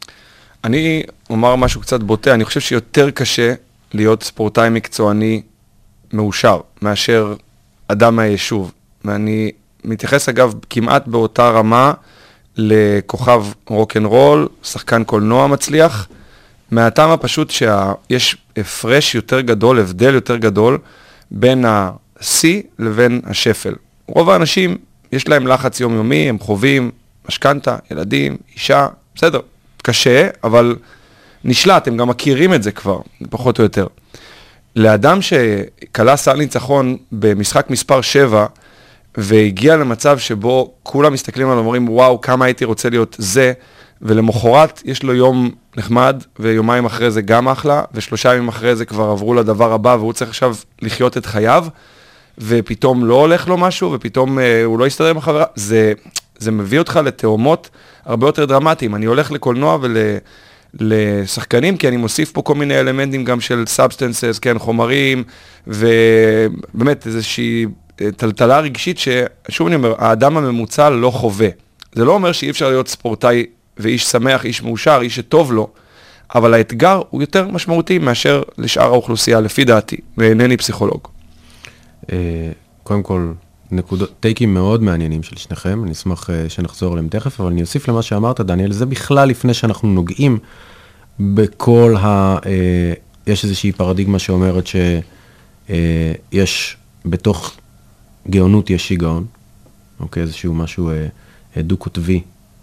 אני אומר משהו קצת בוטה, אני חושב שיותר קשה להיות ספורטאי מקצועני מאושר, מאשר אדם מהיישוב. ואני מתייחס אגב כמעט באותה רמה לכוכב רוק'נ'רול, שחקן קולנוע מצליח, מהטעם הפשוט שיש הפרש יותר גדול, הבדל יותר גדול, בין ה-C לבין השפל. רוב האנשים יש להם לחץ יומיומי, הם חווים משכנתה, ילדים, אישה, בסדר, קשה, אבל נשלט, הם גם מכירים את זה כבר, פחות או יותר. לאדם שקלה סל ניצחון במשחק מספר שבע, והגיע למצב שבו כולם מסתכלים עליו ואומרים, וואו, כמה הייתי רוצה להיות זה, ולמחרת יש לו יום נחמד, ויומיים אחרי זה גם אחלה, ושלושה ימים אחרי זה כבר עברו לדבר הבא, והוא צריך עכשיו לחיות את חייו, ופתאום לא הולך לו משהו, ופתאום אה, הוא לא יסתדר עם החברה. זה, זה מביא אותך לתאומות הרבה יותר דרמטיים. אני הולך לקולנוע ול... לשחקנים, כי אני מוסיף פה כל מיני אלמנטים גם של substances, כן, חומרים, ובאמת איזושהי טלטלה רגשית ששוב אני אומר, האדם הממוצע לא חווה. זה לא אומר שאי אפשר להיות ספורטאי ואיש שמח, איש מאושר, איש שטוב לו, אבל האתגר הוא יותר משמעותי מאשר לשאר האוכלוסייה, לפי דעתי, ואינני פסיכולוג. קודם כל, נקודות, טייקים מאוד מעניינים של שניכם, אני אשמח שנחזור עליהם תכף, אבל אני אוסיף למה שאמרת, דניאל, זה בכלל לפני שאנחנו נוגעים בכל ה... יש איזושהי פרדיגמה שאומרת שיש בתוך גאונות יש שיגעון, אוקיי, איזשהו משהו דו-קוטבי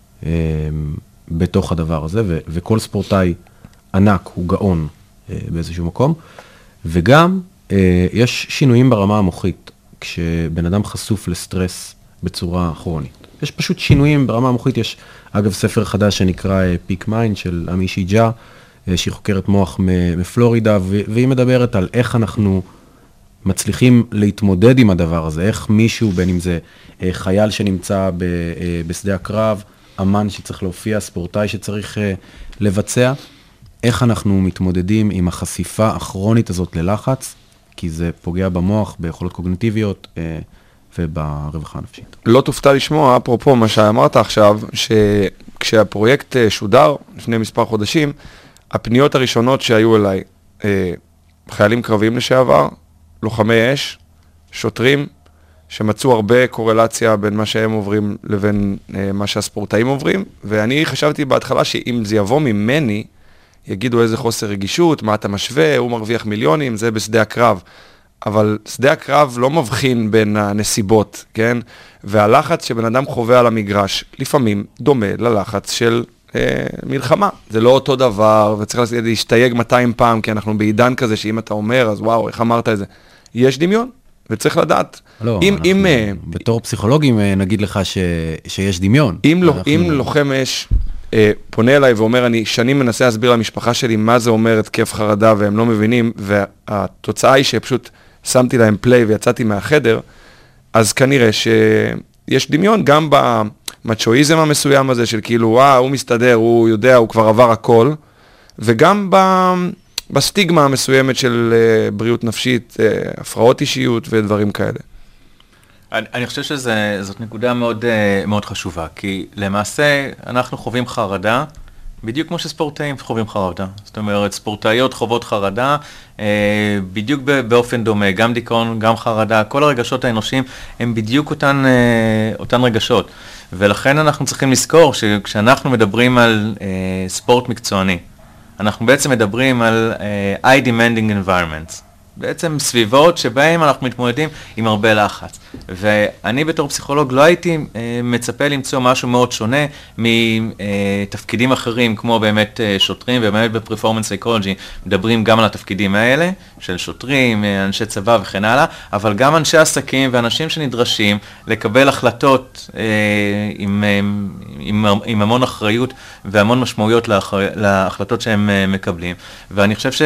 בתוך הדבר הזה, ו- וכל ספורטאי ענק הוא גאון באיזשהו מקום, וגם יש שינויים ברמה המוחית, כשבן אדם חשוף לסטרס בצורה כרונית. יש פשוט שינויים ברמה המוחית, יש אגב ספר חדש שנקרא פיק מיינד של עמי שיג'ה, שהיא חוקרת מוח מפלורידה, והיא מדברת על איך אנחנו מצליחים להתמודד עם הדבר הזה, איך מישהו, בין אם זה חייל שנמצא בשדה הקרב, אמן שצריך להופיע, ספורטאי שצריך לבצע, איך אנחנו מתמודדים עם החשיפה הכרונית הזאת ללחץ, כי זה פוגע במוח, ביכולות קוגניטיביות וברווחה הנפשית. לא תופתע לשמוע, אפרופו מה שאמרת עכשיו, שכשהפרויקט שודר לפני מספר חודשים, הפניות הראשונות שהיו אליי, חיילים קרביים לשעבר, לוחמי אש, שוטרים, שמצאו הרבה קורלציה בין מה שהם עוברים לבין מה שהספורטאים עוברים, ואני חשבתי בהתחלה שאם זה יבוא ממני, יגידו איזה חוסר רגישות, מה אתה משווה, הוא מרוויח מיליונים, זה בשדה הקרב. אבל שדה הקרב לא מבחין בין הנסיבות, כן? והלחץ שבן אדם חווה על המגרש, לפעמים דומה ללחץ של אה, מלחמה. זה לא אותו דבר, וצריך להשתייג מאתיים פעם, כי אנחנו בעידן כזה שאם אתה אומר, אז וואו, איך אמרת את זה? יש דמיון, וצריך לדעת. לא, אם, אנחנו, אם, בתור פסיכולוגים נגיד לך ש, שיש דמיון. אם, אנחנו... אם לוחם אש אה, פונה אליי ואומר, אני שנים מנסה להסביר למשפחה שלי מה זה אומר התקף חרדה, והם לא מבינים, והתוצאה היא שפשוט שמתי להם פליי ויצאתי מהחדר, אז כנראה שיש דמיון גם במצ'ואיזם המסוים הזה של כאילו, וואה, הוא מסתדר, הוא יודע, הוא כבר עבר הכל, וגם ב... בסטיגמה המסוימת של uh, בריאות נפשית, uh, הפרעות אישיות ודברים כאלה. אני, אני חושב שזאת נקודה מאוד, uh, מאוד חשובה, כי למעשה אנחנו חווים חרדה, בדיוק כמו שספורטאים חווים חרדה. זאת אומרת, ספורטאיות חוות חרדה, uh, בדיוק באופן דומה, גם דיכאון, גם חרדה, כל הרגשות האנושיים הם בדיוק אותן, uh, אותן רגשות. ולכן אנחנו צריכים לזכור שכשאנחנו מדברים על uh, ספורט מקצועני, אנחנו בעצם מדברים על uh, high demanding environments, בעצם סביבות שבהם אנחנו מתמודדים עם הרבה לחץ. ואני בתור פסיכולוג לא הייתי uh, מצפה למצוא משהו מאוד שונה מתפקידים אחרים, כמו באמת uh, שוטרים, ובאמת בפרפורמנס סייקולוגי מדברים גם על התפקידים האלה, של שוטרים, אנשי צבא וכן הלאה, אבל גם אנשי עסקים ואנשים שנדרשים לקבל החלטות uh, עם, עם, עם המון אחריות והמון משמעויות להח... להחלטות שהם uh, מקבלים. ואני חושב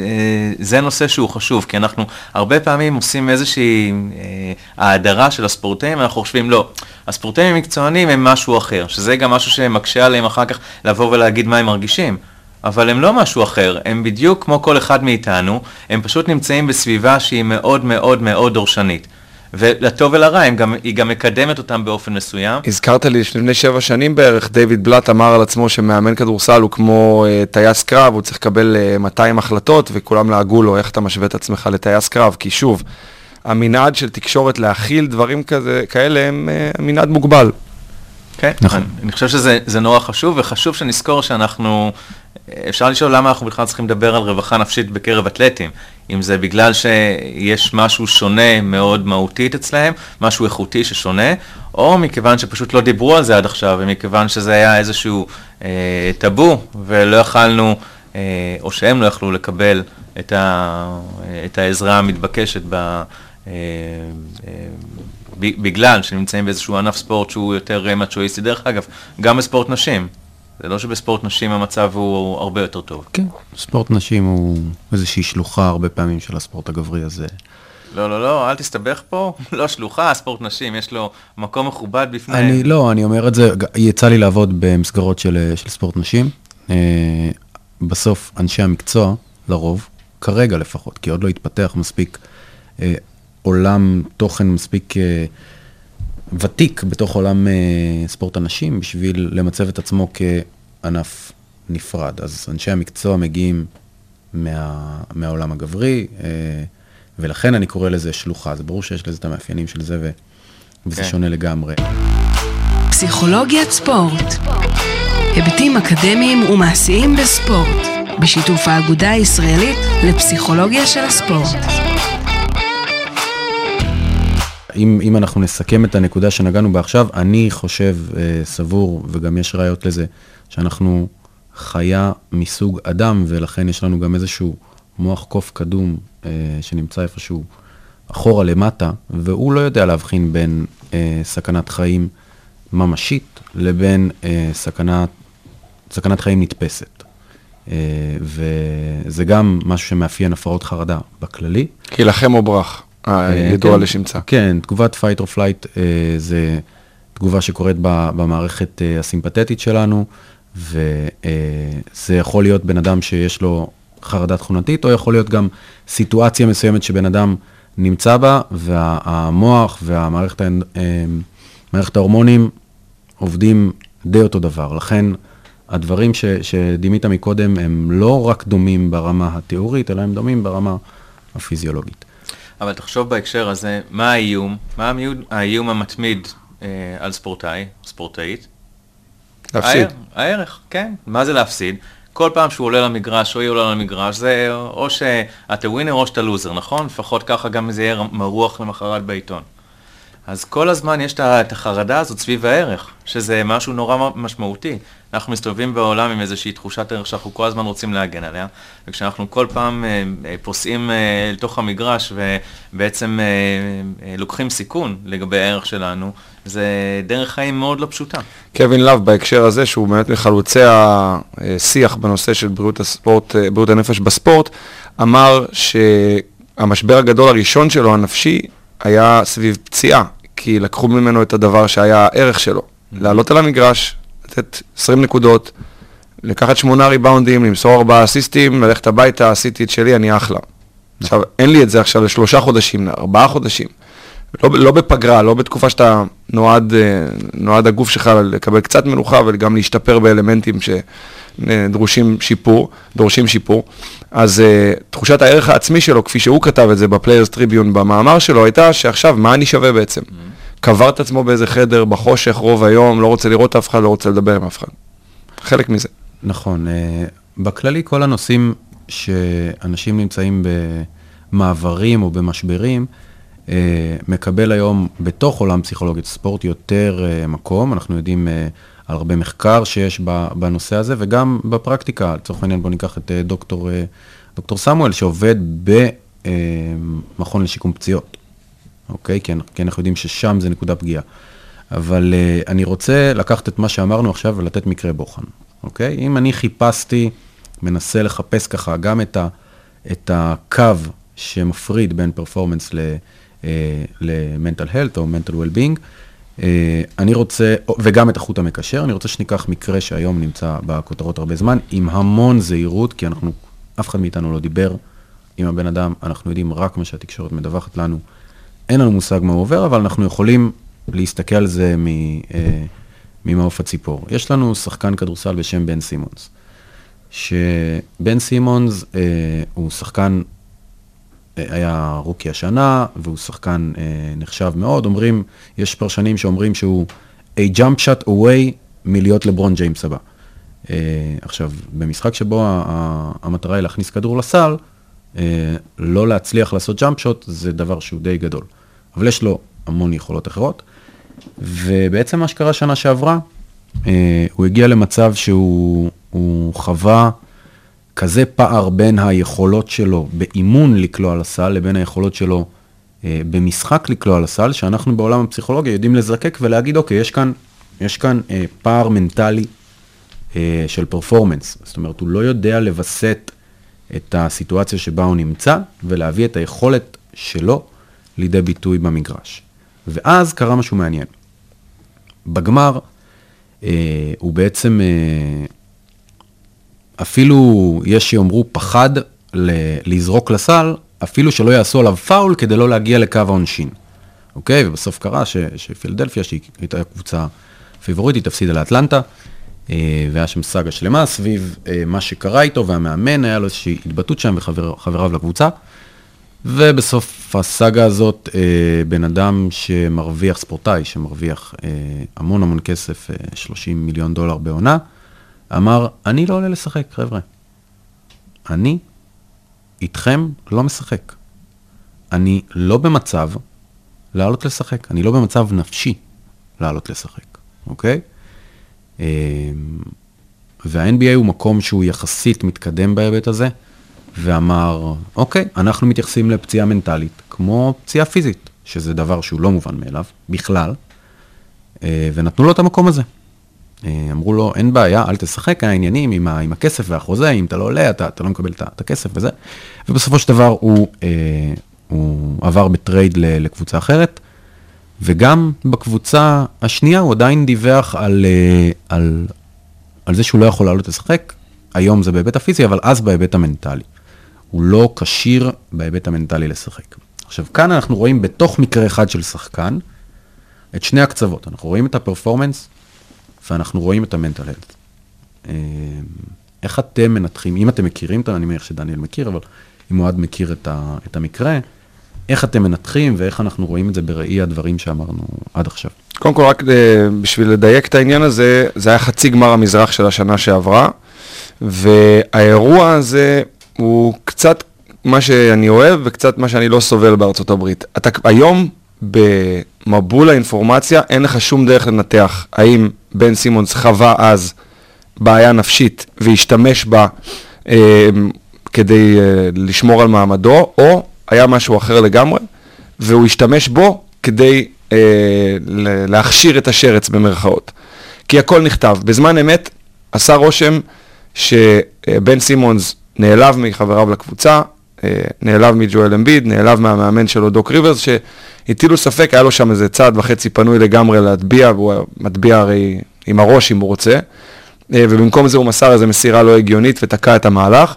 שזה נושא שהוא חשוב, כי אנחנו הרבה פעמים עושים איזושהי uh, ההדרה של הספורטאים, אנחנו חושבים לא, הספורטאים המקצוענים הם משהו אחר, שזה גם משהו שמקשה עליהם אחר כך לבוא ולהגיד מה הם מרגישים. אבל הם לא משהו אחר, הם בדיוק כמו כל אחד מאיתנו, הם פשוט נמצאים בסביבה שהיא מאוד מאוד מאוד דורשנית. ולטוב ולרע, הם גם, היא גם מקדמת אותם באופן מסוים. הזכרת לי לפני שבע שנים בערך, דיוויד בלאט אמר על עצמו שמאמן כדורסל הוא כמו uh, טייס קרב, הוא צריך לקבל uh, מאתיים החלטות, וכולם לעגו לו איך אתה משווה את עצמך לטייס קרב, כי שוב, המנעד של תקשורת להכיל דברים כזה, כאלה הם uh, מנעד מוגבל. כן, נכון. אני, אני חושב שזה נורא חשוב, וחשוב שנזכור שאנחנו, אפשר לשאול למה אנחנו בכלל צריכים לדבר על רווחה נפשית בקרב אתלטים, אם זה בגלל שיש משהו שונה מאוד מהותית אצלהם, משהו איכותי ששונה, או מכיוון שפשוט לא דיברו על זה עד עכשיו, ומכיוון שזה היה איזשהו אה, טאבו, ולא יכלנו, אה, או שהם לא יכלו לקבל את, ה, את העזרה המתבקשת ב... אה, אה, בגלל שנמצאים באיזשהו ענף ספורט שהוא יותר מצ'ואיסטי. דרך אגב, גם בספורט נשים. זה לא שבספורט נשים המצב הוא הרבה יותר טוב. כן, ספורט נשים הוא איזושהי שלוחה הרבה פעמים של הספורט הגברי הזה. לא, לא, לא, אל תסתבך פה. לא שלוחה, ספורט נשים, יש לו מקום מכובד בפני... אני לא, אני אומר את זה, יצא לי לעבוד במסגרות של, של ספורט נשים. בסוף אנשי המקצוע, לרוב, כרגע לפחות, כי עוד לא התפתח מספיק עולם תוכן מספיק ותיק בתוך עולם ספורט הנשים, בשביל למצב את עצמו כענף נפרד. אז אנשי המקצוע מגיעים מה, מהעולם הגברי, ולכן אני קורא לזה שלוחה. זה ברור שיש לזה את המאפיינים של זה, ו... וזה כן. שונה לגמרי. פסיכולוגיית ספורט. היבטים אקדמיים ומעשיים בספורט, בשיתוף האגודה הישראלית לפסיכולוגיה של הספורט. אם, אם אנחנו נסכם את הנקודה שנגענו בה עכשיו, אני חושב, אה, סבור, וגם יש ראיות לזה, שאנחנו חיה מסוג אדם, ולכן יש לנו גם איזשהו מוח קוף קדום, אה, שנמצא איפשהו אחורה למטה, והוא לא יודע להבחין בין אה, סכנת חיים ממשית, לבין אה, סכנת, סכנת חיים נתפסת. אה, וזה גם משהו שמאפיין הפרעות חרדה בכללי. כי לכם או ברח. ידוע לשמצה. כן, תגובת fight or flight זה תגובה שקורית במערכת הסימפתטית שלנו, וזה יכול להיות בן אדם שיש לו חרדה תכונתית, או יכול להיות גם סיטואציה מסוימת שבן אדם נמצא בה, והמוח והמערכת ההורמונים עובדים די אותו דבר. לכן הדברים שדימית מקודם הם לא רק דומים ברמה התיאורית, אלא הם דומים ברמה הפיזיולוגית. אבל תחשוב בהקשר הזה, מה האיום? מה האיום המתמיד אה, על ספורטאי, ספורטאית? להפסיד. הערך, כן. מה זה להפסיד? כל פעם שהוא עולה למגרש או היא עולה למגרש, זה או שאתה ווינר או שאתה לוזר, נכון? לפחות ככה גם זה יהיה מרוח למחרת בעיתון. אז כל הזמן יש את החרדה הזאת סביב הערך, שזה משהו נורא משמעותי. אנחנו מסתובבים בעולם עם איזושהי תחושת ערך שאנחנו כל הזמן רוצים להגן עליה, וכשאנחנו כל פעם פוסעים לתוך המגרש ובעצם לוקחים סיכון לגבי הערך שלנו, זה דרך חיים מאוד לא פשוטה. קווין לב בהקשר הזה, שהוא באמת מחלוצי השיח בנושא של בריאות הספורט, בריאות הנפש בספורט, אמר שהמשבר הגדול הראשון שלו, הנפשי, היה סביב פציעה, כי לקחו ממנו את הדבר שהיה הערך שלו. לעלות על המגרש, לתת עשרים נקודות, לקחת שמונה ריבאונדים, למסור ארבעה אסיסטים, ללכת הביתה, עשיתי את שלי, אני אחלה. עכשיו, אין לי את זה עכשיו לשלושה חודשים, ארבעה חודשים. לא, לא בפגרה, לא בתקופה שאתה נועד, נועד הגוף שלך לקבל קצת מנוחה, וגם להשתפר באלמנטים שדרושים שיפור, דורשים שיפור. אז uh, תחושת הערך העצמי שלו, כפי שהוא כתב את זה בפליירס טריביון במאמר שלו, הייתה שעכשיו, מה אני שווה בעצם? Mm-hmm. קבר את עצמו באיזה חדר, בחושך, רוב היום, לא רוצה לראות אף אחד, לא רוצה לדבר עם אף אחד. חלק מזה. נכון. Uh, בכללי, כל הנושאים שאנשים נמצאים במעברים או במשברים, uh, מקבל היום בתוך עולם פסיכולוגית ספורט יותר uh, מקום. אנחנו יודעים uh, על הרבה מחקר שיש בנושא הזה, וגם בפרקטיקה. לצורך העניין, בוא ניקח את דוקטור, דוקטור סמואל, שעובד במכון לשיקום פציעות. אוקיי? כי, כי אנחנו יודעים ששם זה נקודה פגיעה. אבל אני רוצה לקחת את מה שאמרנו עכשיו ולתת מקרה בוחן. אוקיי? אם אני חיפשתי, מנסה לחפש ככה גם את, ה, את הקו שמפריד בין פרפורמנס ל-mental health או mental well-being, אני רוצה, וגם את החוט המקשר, אני רוצה שניקח מקרה שהיום נמצא בכותרות הרבה זמן, עם המון זהירות, כי אנחנו, אף אחד מאיתנו לא דיבר עם הבן אדם, אנחנו יודעים רק מה שהתקשורת מדווחת לנו, אין לנו מושג מה הוא עובר, אבל אנחנו יכולים להסתכל על זה ממעוף הציפור. יש לנו שחקן כדורסל בשם בן סימונס, שבן סימונס הוא שחקן, היה רוקי השנה, והוא שחקן אה, נחשב מאוד. אומרים, יש פרשנים שאומרים שהוא a jump shot away מלהיות לברון ג'יימס הבא. אה, עכשיו, במשחק שבו המטרה היא להכניס כדור לסל, אה, לא להצליח לעשות jump shot, זה דבר שהוא די גדול. אבל יש לו המון יכולות אחרות, ובעצם מה שקרה שנה שעברה, אה, הוא הגיע למצב שהוא הוא חווה, כזה פער בין היכולות שלו באימון לקלוע על הסל, לבין היכולות שלו אה, במשחק לקלוע על הסל, שאנחנו בעולם הפסיכולוגיה יודעים לזקק ולהגיד, אוקיי, יש כאן, יש כאן אה, פער מנטלי אה, של פרפורמנס. זאת אומרת, הוא לא יודע לבסט את הסיטואציה שבה הוא נמצא, ולהביא את היכולת שלו לידי ביטוי במגרש. ואז קרה משהו מעניין. בגמר, אה, הוא בעצם... אה, אפילו יש שיאמרו פחד לזרוק לסל, אפילו שלא יעשו עליו פאול כדי לא להגיע לקו העונשין. אוקיי? ובסוף קרה ש, שפילדלפיה, שהיא הייתה קבוצה פיבוריטית, תפסידה לאטלנטה, והיה שם סאגה שלמה סביב מה שקרה איתו, והמאמן היה לו איזושהי התבטאות שם וחבריו לקבוצה, ובסוף הסאגה הזאת, בן אדם שמרוויח, ספורטאי שמרוויח המון המון כסף, שלושים מיליון דולר בעונה, אמר, אני לא עולה לשחק, חבר'ה. אני איתכם לא משחק. אני לא במצב לעלות לשחק. אני לא במצב נפשי לעלות לשחק. אוקיי? וה-אן בי איי הוא מקום שהוא יחסית מתקדם בהיבט הזה, ואמר, אוקיי, אנחנו מתייחסים לפציעה מנטלית, כמו פציעה פיזית, שזה דבר שהוא לא מובן מאליו, בכלל, ונתנו לו את המקום הזה. אמרו לו, אין בעיה, אל תשחק, העניינים עם, ה, עם הכסף והחוזה, אם אתה לא עולה, אתה, אתה לא מקבל את, את הכסף וזה. ובסופו של דבר הוא, אה, הוא עבר בטרייד ל, לקבוצה אחרת, וגם בקבוצה השנייה הוא עדיין דיווח על, אה, על, על זה שהוא לא יכול לעלות לשחק. היום זה בהיבט הפיזי, אבל אז בהיבט המנטלי. הוא לא קשיר בהיבט המנטלי לשחק. עכשיו, כאן אנחנו רואים בתוך מקרה אחד של שחקן, את שני הקצוות. אנחנו רואים את הפרפורמנס, ואנחנו רואים את המנטל הלט. איך אתם מנתחים, אם אתם מכירים, אני מניח שדניאל מכיר, אבל אם הוא עד מכיר את, ה, את המקרה, איך אתם מנתחים ואיך אנחנו רואים את זה בראי הדברים שאמרנו עד עכשיו? קודם כל, רק בשביל לדייק את העניין הזה, זה היה חצי גמר המזרח של השנה שעברה, והאירוע הזה הוא קצת מה שאני אוהב וקצת מה שאני לא סובל בארצות הברית. אתה היום במבול האינפורמציה אין לך שום דרך לנתח האם בן סימונס חווה אז בעיה נפשית והשתמש בה אה, כדי אה, לשמור על מעמדו, או היה משהו אחר לגמרי, והוא השתמש בו כדי אה, להכשיר את השרץ במרכאות. כי הכל נכתב. בזמן אמת עשה רושם שבן סימונס נעלב מחבריו לקבוצה, נעלב מג'ואל אמביד, נעלב מהמאמן שלו דוק ריברס, שהטילו ספק, היה לו שם איזה צעד וחצי פנוי לגמרי להטביע, והוא מטביע הרי עם הראש אם הוא רוצה, ובמקום זה הוא מסר איזו מסירה לא הגיונית ותקע את המהלך,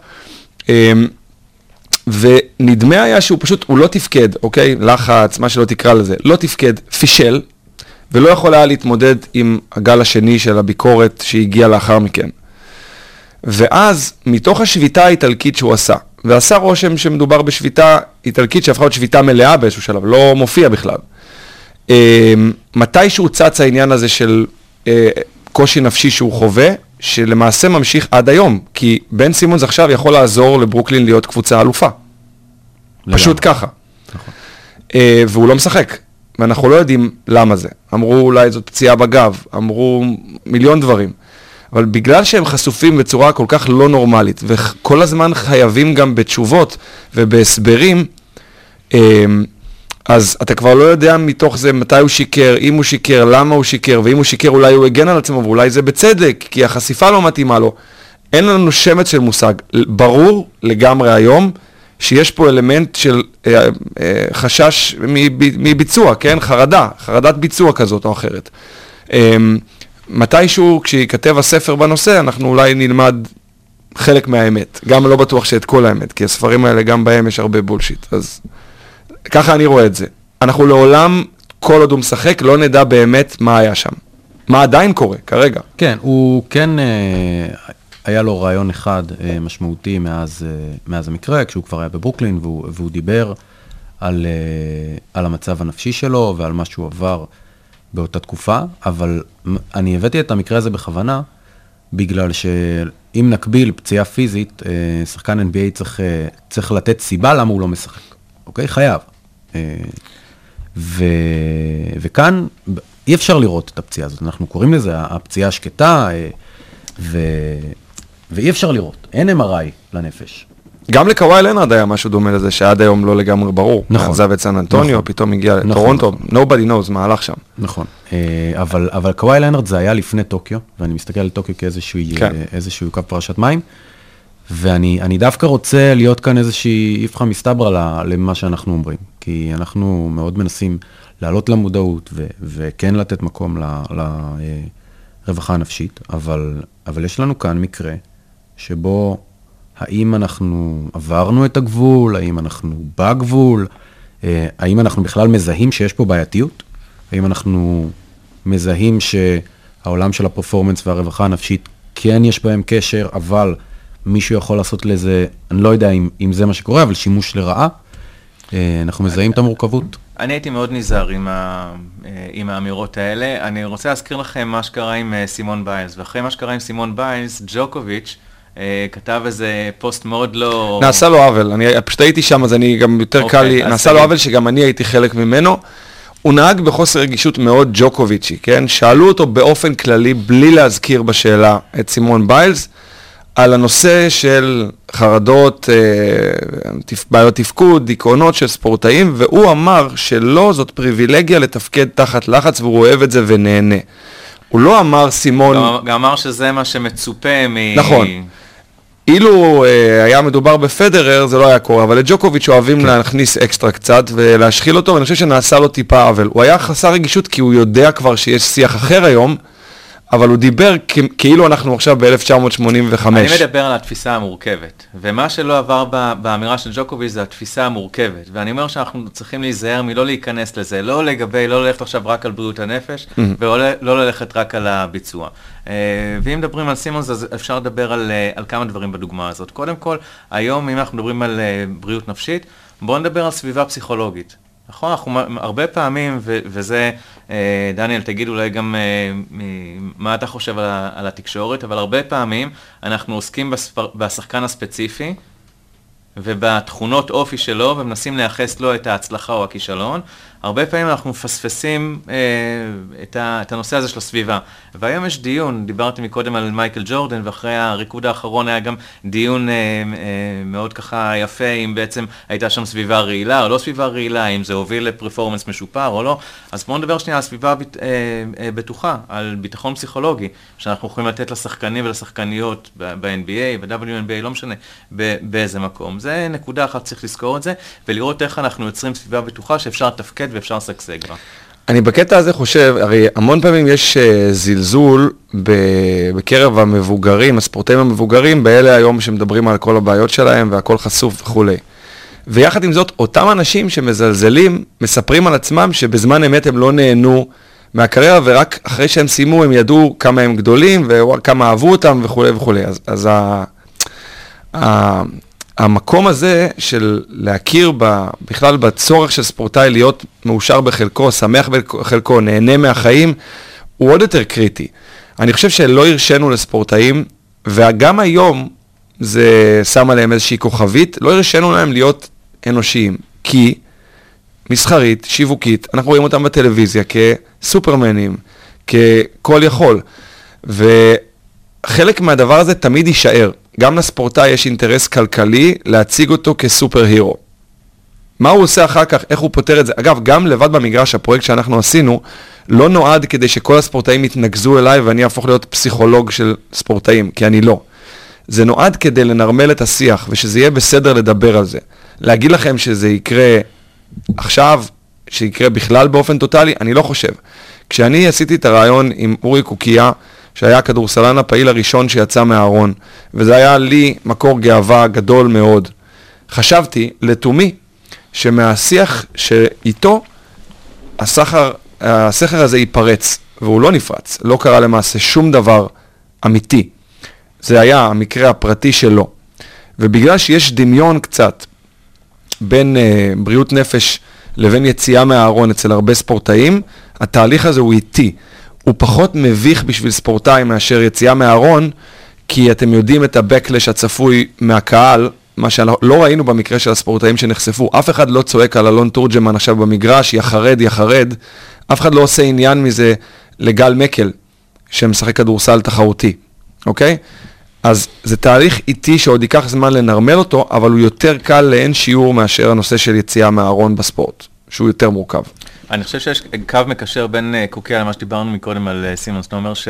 ונדמה היה שהוא פשוט, הוא לא תפקד, אוקיי? לחץ, מה שלא תקרא לזה, לא תפקד, פישל, ולא יכול היה להתמודד עם הגל השני של הביקורת שהגיע לאחר מכן. ואז, מתוך השביתה האיטלקית שהוא עשה, ועשה רושם שמדובר בשביתה איטלקית שהפכה להיות שביתה מלאה באיזשהו שלב, לא מופיע בכלל. מתי שהוא צץ העניין הזה של קושי נפשי שהוא חווה, שלמעשה ממשיך עד היום, כי בן סימונס עכשיו יכול לעזור לברוקלין להיות קבוצה אלופה. פשוט ככה. והוא לא משחק, ואנחנו לא יודעים למה זה. אמרו אולי זאת פציעה בגב, אמרו מיליון דברים. אבל בגלל שהם חשופים בצורה כל כך לא נורמלית, וכל הזמן חייבים גם בתשובות ובהסברים, אז אתה כבר לא יודע מתוך זה מתי הוא שיקר, אם הוא שיקר, למה הוא שיקר, ואם הוא שיקר אולי הוא הגן על עצמו, ואולי זה בצדק, כי החשיפה לא מתאימה לו. אין לנו שמץ של מושג. ברור לגמרי היום שיש פה אלמנט של אה, אה, חשש מביצוע, כן? חרדה, חרדת ביצוע כזאת או אחרת. אה, מתישהו, כשיכתב הספר בנושא, אנחנו אולי נלמד חלק מהאמת. גם לא בטוח שאת כל האמת, כי הספרים האלה גם בהם יש הרבה בולשיט. אז ככה אני רואה את זה. אנחנו לעולם, כל עוד הוא משחק, לא נדע באמת מה היה שם. מה עדיין קורה, כרגע. כן, הוא כן, אה, היה לו רעיון אחד אה, משמעותי מאז, אה, מאז המקרה, כשהוא כבר היה בברוקלין, והוא, והוא דיבר על, אה, על המצב הנפשי שלו ועל מה שהוא עבר באותה תקופה, אבל אני הבאתי את המקרה הזה בכוונה, בגלל שאם נקביל פציעה פיזית, אה, שחקן אן בי איי צריך, אה, צריך לתת סיבה למה הוא לא משחק. אוקיי? חייב. ו... וכאן אי אפשר לראות את הפציעה הזאת. אנחנו קוראים לזה הפציעה השקטה, ו... ואי אפשר לראות. אין אם אר איי לנפש. גם לקוואי לנארד היה משהו דומה לזה, שעד היום לא לגמרי ברור. נכון. עזב את סן אנטוניו, נכון. פתאום הגיע נכון, לטורונטו, נכון. nobody knows מה הלך שם. נכון. אבל, אבל קוואי לנארד זה היה לפני טוקיו, ואני מסתכל על טוקיו כאיזשהו כן. איזשהו קו פרשת מים, ואני אני דווקא רוצה להיות כאן איזושהי איפכא מסתברא למה שאנחנו אומרים, כי אנחנו מאוד מנסים לעלות למודעות ו, וכן לתת מקום ל, לרווחה הנפשית, אבל, אבל יש לנו כאן מקרה שבו האם אנחנו עברנו את הגבול, האם אנחנו בגבול, האם אנחנו בכלל מזהים שיש פה בעייתיות, האם אנחנו מזהים שהעולם של הפרפורמנס והרווחה הנפשית כן יש בהם קשר, אבל מישהו יכול לעשות לזה, אני לא יודע אם, אם זה מה שקורה, אבל שימוש לרעה, אנחנו מזהים את המורכבות. אני הייתי מאוד נזהר עם, ה, עם האמירות האלה. אני רוצה להזכיר לכם מה שקרה עם סימון ביילס, ואחרי מה שקרה עם סימון ביילס, ג'וקוביץ' כתב איזה פוסט מאוד לא... נעשה לו עוול, אני פשוט הייתי שם, אז אני גם יותר קל לי, נעשה לו עוול שגם אני הייתי חלק ממנו. הוא נהג בחוסר רגישות מאוד ג'וקוביצ'י, כן? שאלו אותו באופן כללי, בלי להזכיר בשאלה את סימון ביילס, על הנושא של חרדות, בעיות תפקוד, דיכאונות של ספורטאים, והוא אמר שלא, זאת פריבילגיה לתפקד תחת לחץ, והוא אוהב את זה ונהנה. הוא לא אמר סימון... גם, גם אמר שזה מה שמצופה מ... נכון. אילו אה, היה מדובר בפדרר, זה לא היה קורה, אבל לג'וקוביץ' אוהבים כן. להכניס אקסטרה קצת ולהשחיל אותו, ואני חושב שנעשה לו טיפה עוול. הוא היה חסר רגישות כי הוא יודע כבר שיש שיח אחר היום, אבל הוא דיבר כ- כאילו אנחנו עכשיו ב-אלף תשע מאות שמונים וחמש. אני מדבר על התפיסה המורכבת, ומה שלא עבר ב- באמירה של ג'וקוביץ' זה התפיסה המורכבת, ואני אומר שאנחנו צריכים להיזהר מלא להיכנס לזה, לא לגבי, לא ללכת עכשיו רק על בריאות הנפש, mm-hmm. ולא לא ללכת רק על הביצוע. ואם מדברים על סימונס, אז אפשר לדבר על, על כמה דברים בדוגמה הזאת. קודם כל, היום אם אנחנו מדברים על בריאות נפשית, בואו נדבר על סביבה פסיכולוגית. נכון, אנחנו הרבה פעמים, ו- וזה, אה, דניאל, תגיד אולי גם אה, מה אתה חושב על, ה- על התקשורת, אבל הרבה פעמים אנחנו עוסקים בספר- בשחקן הספציפי, ובתכונות אופי שלו, ומנסים לייחס לו את ההצלחה או הכישלון. הרבה פעמים אנחנו מפספסים אה, את, ה, את הנושא הזה של הסביבה. והיום יש דיון, דיברתי מקודם על מייקל ג'ורדן, ואחרי הריקוד האחרון היה גם דיון אה, אה, מאוד ככה יפה, אם בעצם הייתה שם סביבה רעילה או לא סביבה רעילה, אם זה הוביל לפרפורמנס משופר או לא. אז בואו נדבר שנייה על סביבה בט, אה, אה, בטוחה, על ביטחון פסיכולוגי, שאנחנו יכולים לתת לשחקנים ולשחקניות ב-אן בי איי, ב-דאבליו אן בי איי, לא משנה, ב- באיזה מקום. זה נקודה אחת, צריך לזכור את זה, ולראות איך אנחנו יוצרים סביבה בטוחה שאפשר לתפקד ואפשר לשגשג בה. אני בקטע הזה חושב, הרי המון פעמים יש uh, זלזול ב- בקרב המבוגרים, הספורטאים המבוגרים, באלה היום שמדברים על כל הבעיות שלהם והכל חשוף וכולי. ויחד עם זאת, אותם אנשים שמזלזלים, מספרים על עצמם שבזמן אמת הם לא נהנו מהקריירה, ורק אחרי שהם סיימו הם ידעו כמה הם גדולים וכמה אהבו אותם וכולי וכולי. אז, אז ה... ה... המקום הזה של להכיר ב, בכלל בצורך של ספורטאי להיות מאושר בחלקו, שמח בחלקו, נהנה מהחיים, הוא עוד יותר קריטי. אני חושב שלא הרשנו לספורטאים, וגם היום זה שם עליהם איזושהי כוכבית, לא הרשנו להם להיות אנושיים, כי מסחרית, שיווקית, אנחנו רואים אותם בטלוויזיה כסופרמנים, ככל יכול, וחלק מהדבר הזה תמיד יישאר. גם לספורטאי יש אינטרס כלכלי להציג אותו כסופר הירו. מה הוא עושה אחר כך, איך הוא פותר את זה? אגב, גם לבד במגרש, הפרויקט שאנחנו עשינו, לא נועד כדי שכל הספורטאים יתנגזו אליי ואני אהפוך להיות פסיכולוג של ספורטאים, כי אני לא. זה נועד כדי לנרמל את השיח, ושזה יהיה בסדר לדבר על זה. להגיד לכם שזה יקרה עכשיו, שיקרה בכלל באופן טוטלי, אני לא חושב. כשאני עשיתי את הרעיון עם אורי קוקיה, שהיה הכדורסלן הפעיל הראשון שיצא מהארון, וזה היה לי מקור גאווה גדול מאוד. חשבתי לתומי שמהשיח שאיתו הסחר, הסחר הזה ייפרץ, והוא לא נפרץ, לא קרה למעשה שום דבר אמיתי. זה היה המקרה הפרטי שלו. ובגלל שיש דמיון קצת בין uh, בריאות נפש לבין יציאה מהארון אצל הרבה ספורטאים, התהליך הזה הוא איטי. הוא פחות מביך בשביל ספורטאי מאשר יציאה מהארון, כי אתם יודעים את הבקלש הצפוי מהקהל, מה שלא ראינו במקרה של הספורטאים שנחשפו. אף אחד לא צועק על אלון תורג'מן עכשיו במגרש, יחרד, יחרד. אף אחד לא עושה עניין מזה לגל מקל, שמשחק כדורסל תחרותי. אוקיי? אז זה תהליך איטי שעוד ייקח זמן לנרמל אותו, אבל הוא יותר קל לאין שיעור מאשר הנושא של יציאה מהארון בספורט, שהוא יותר מורכב. אני חושב שיש קו מקשר בין קוקיה למה שדיברנו מקודם על סימונס, אתה אומר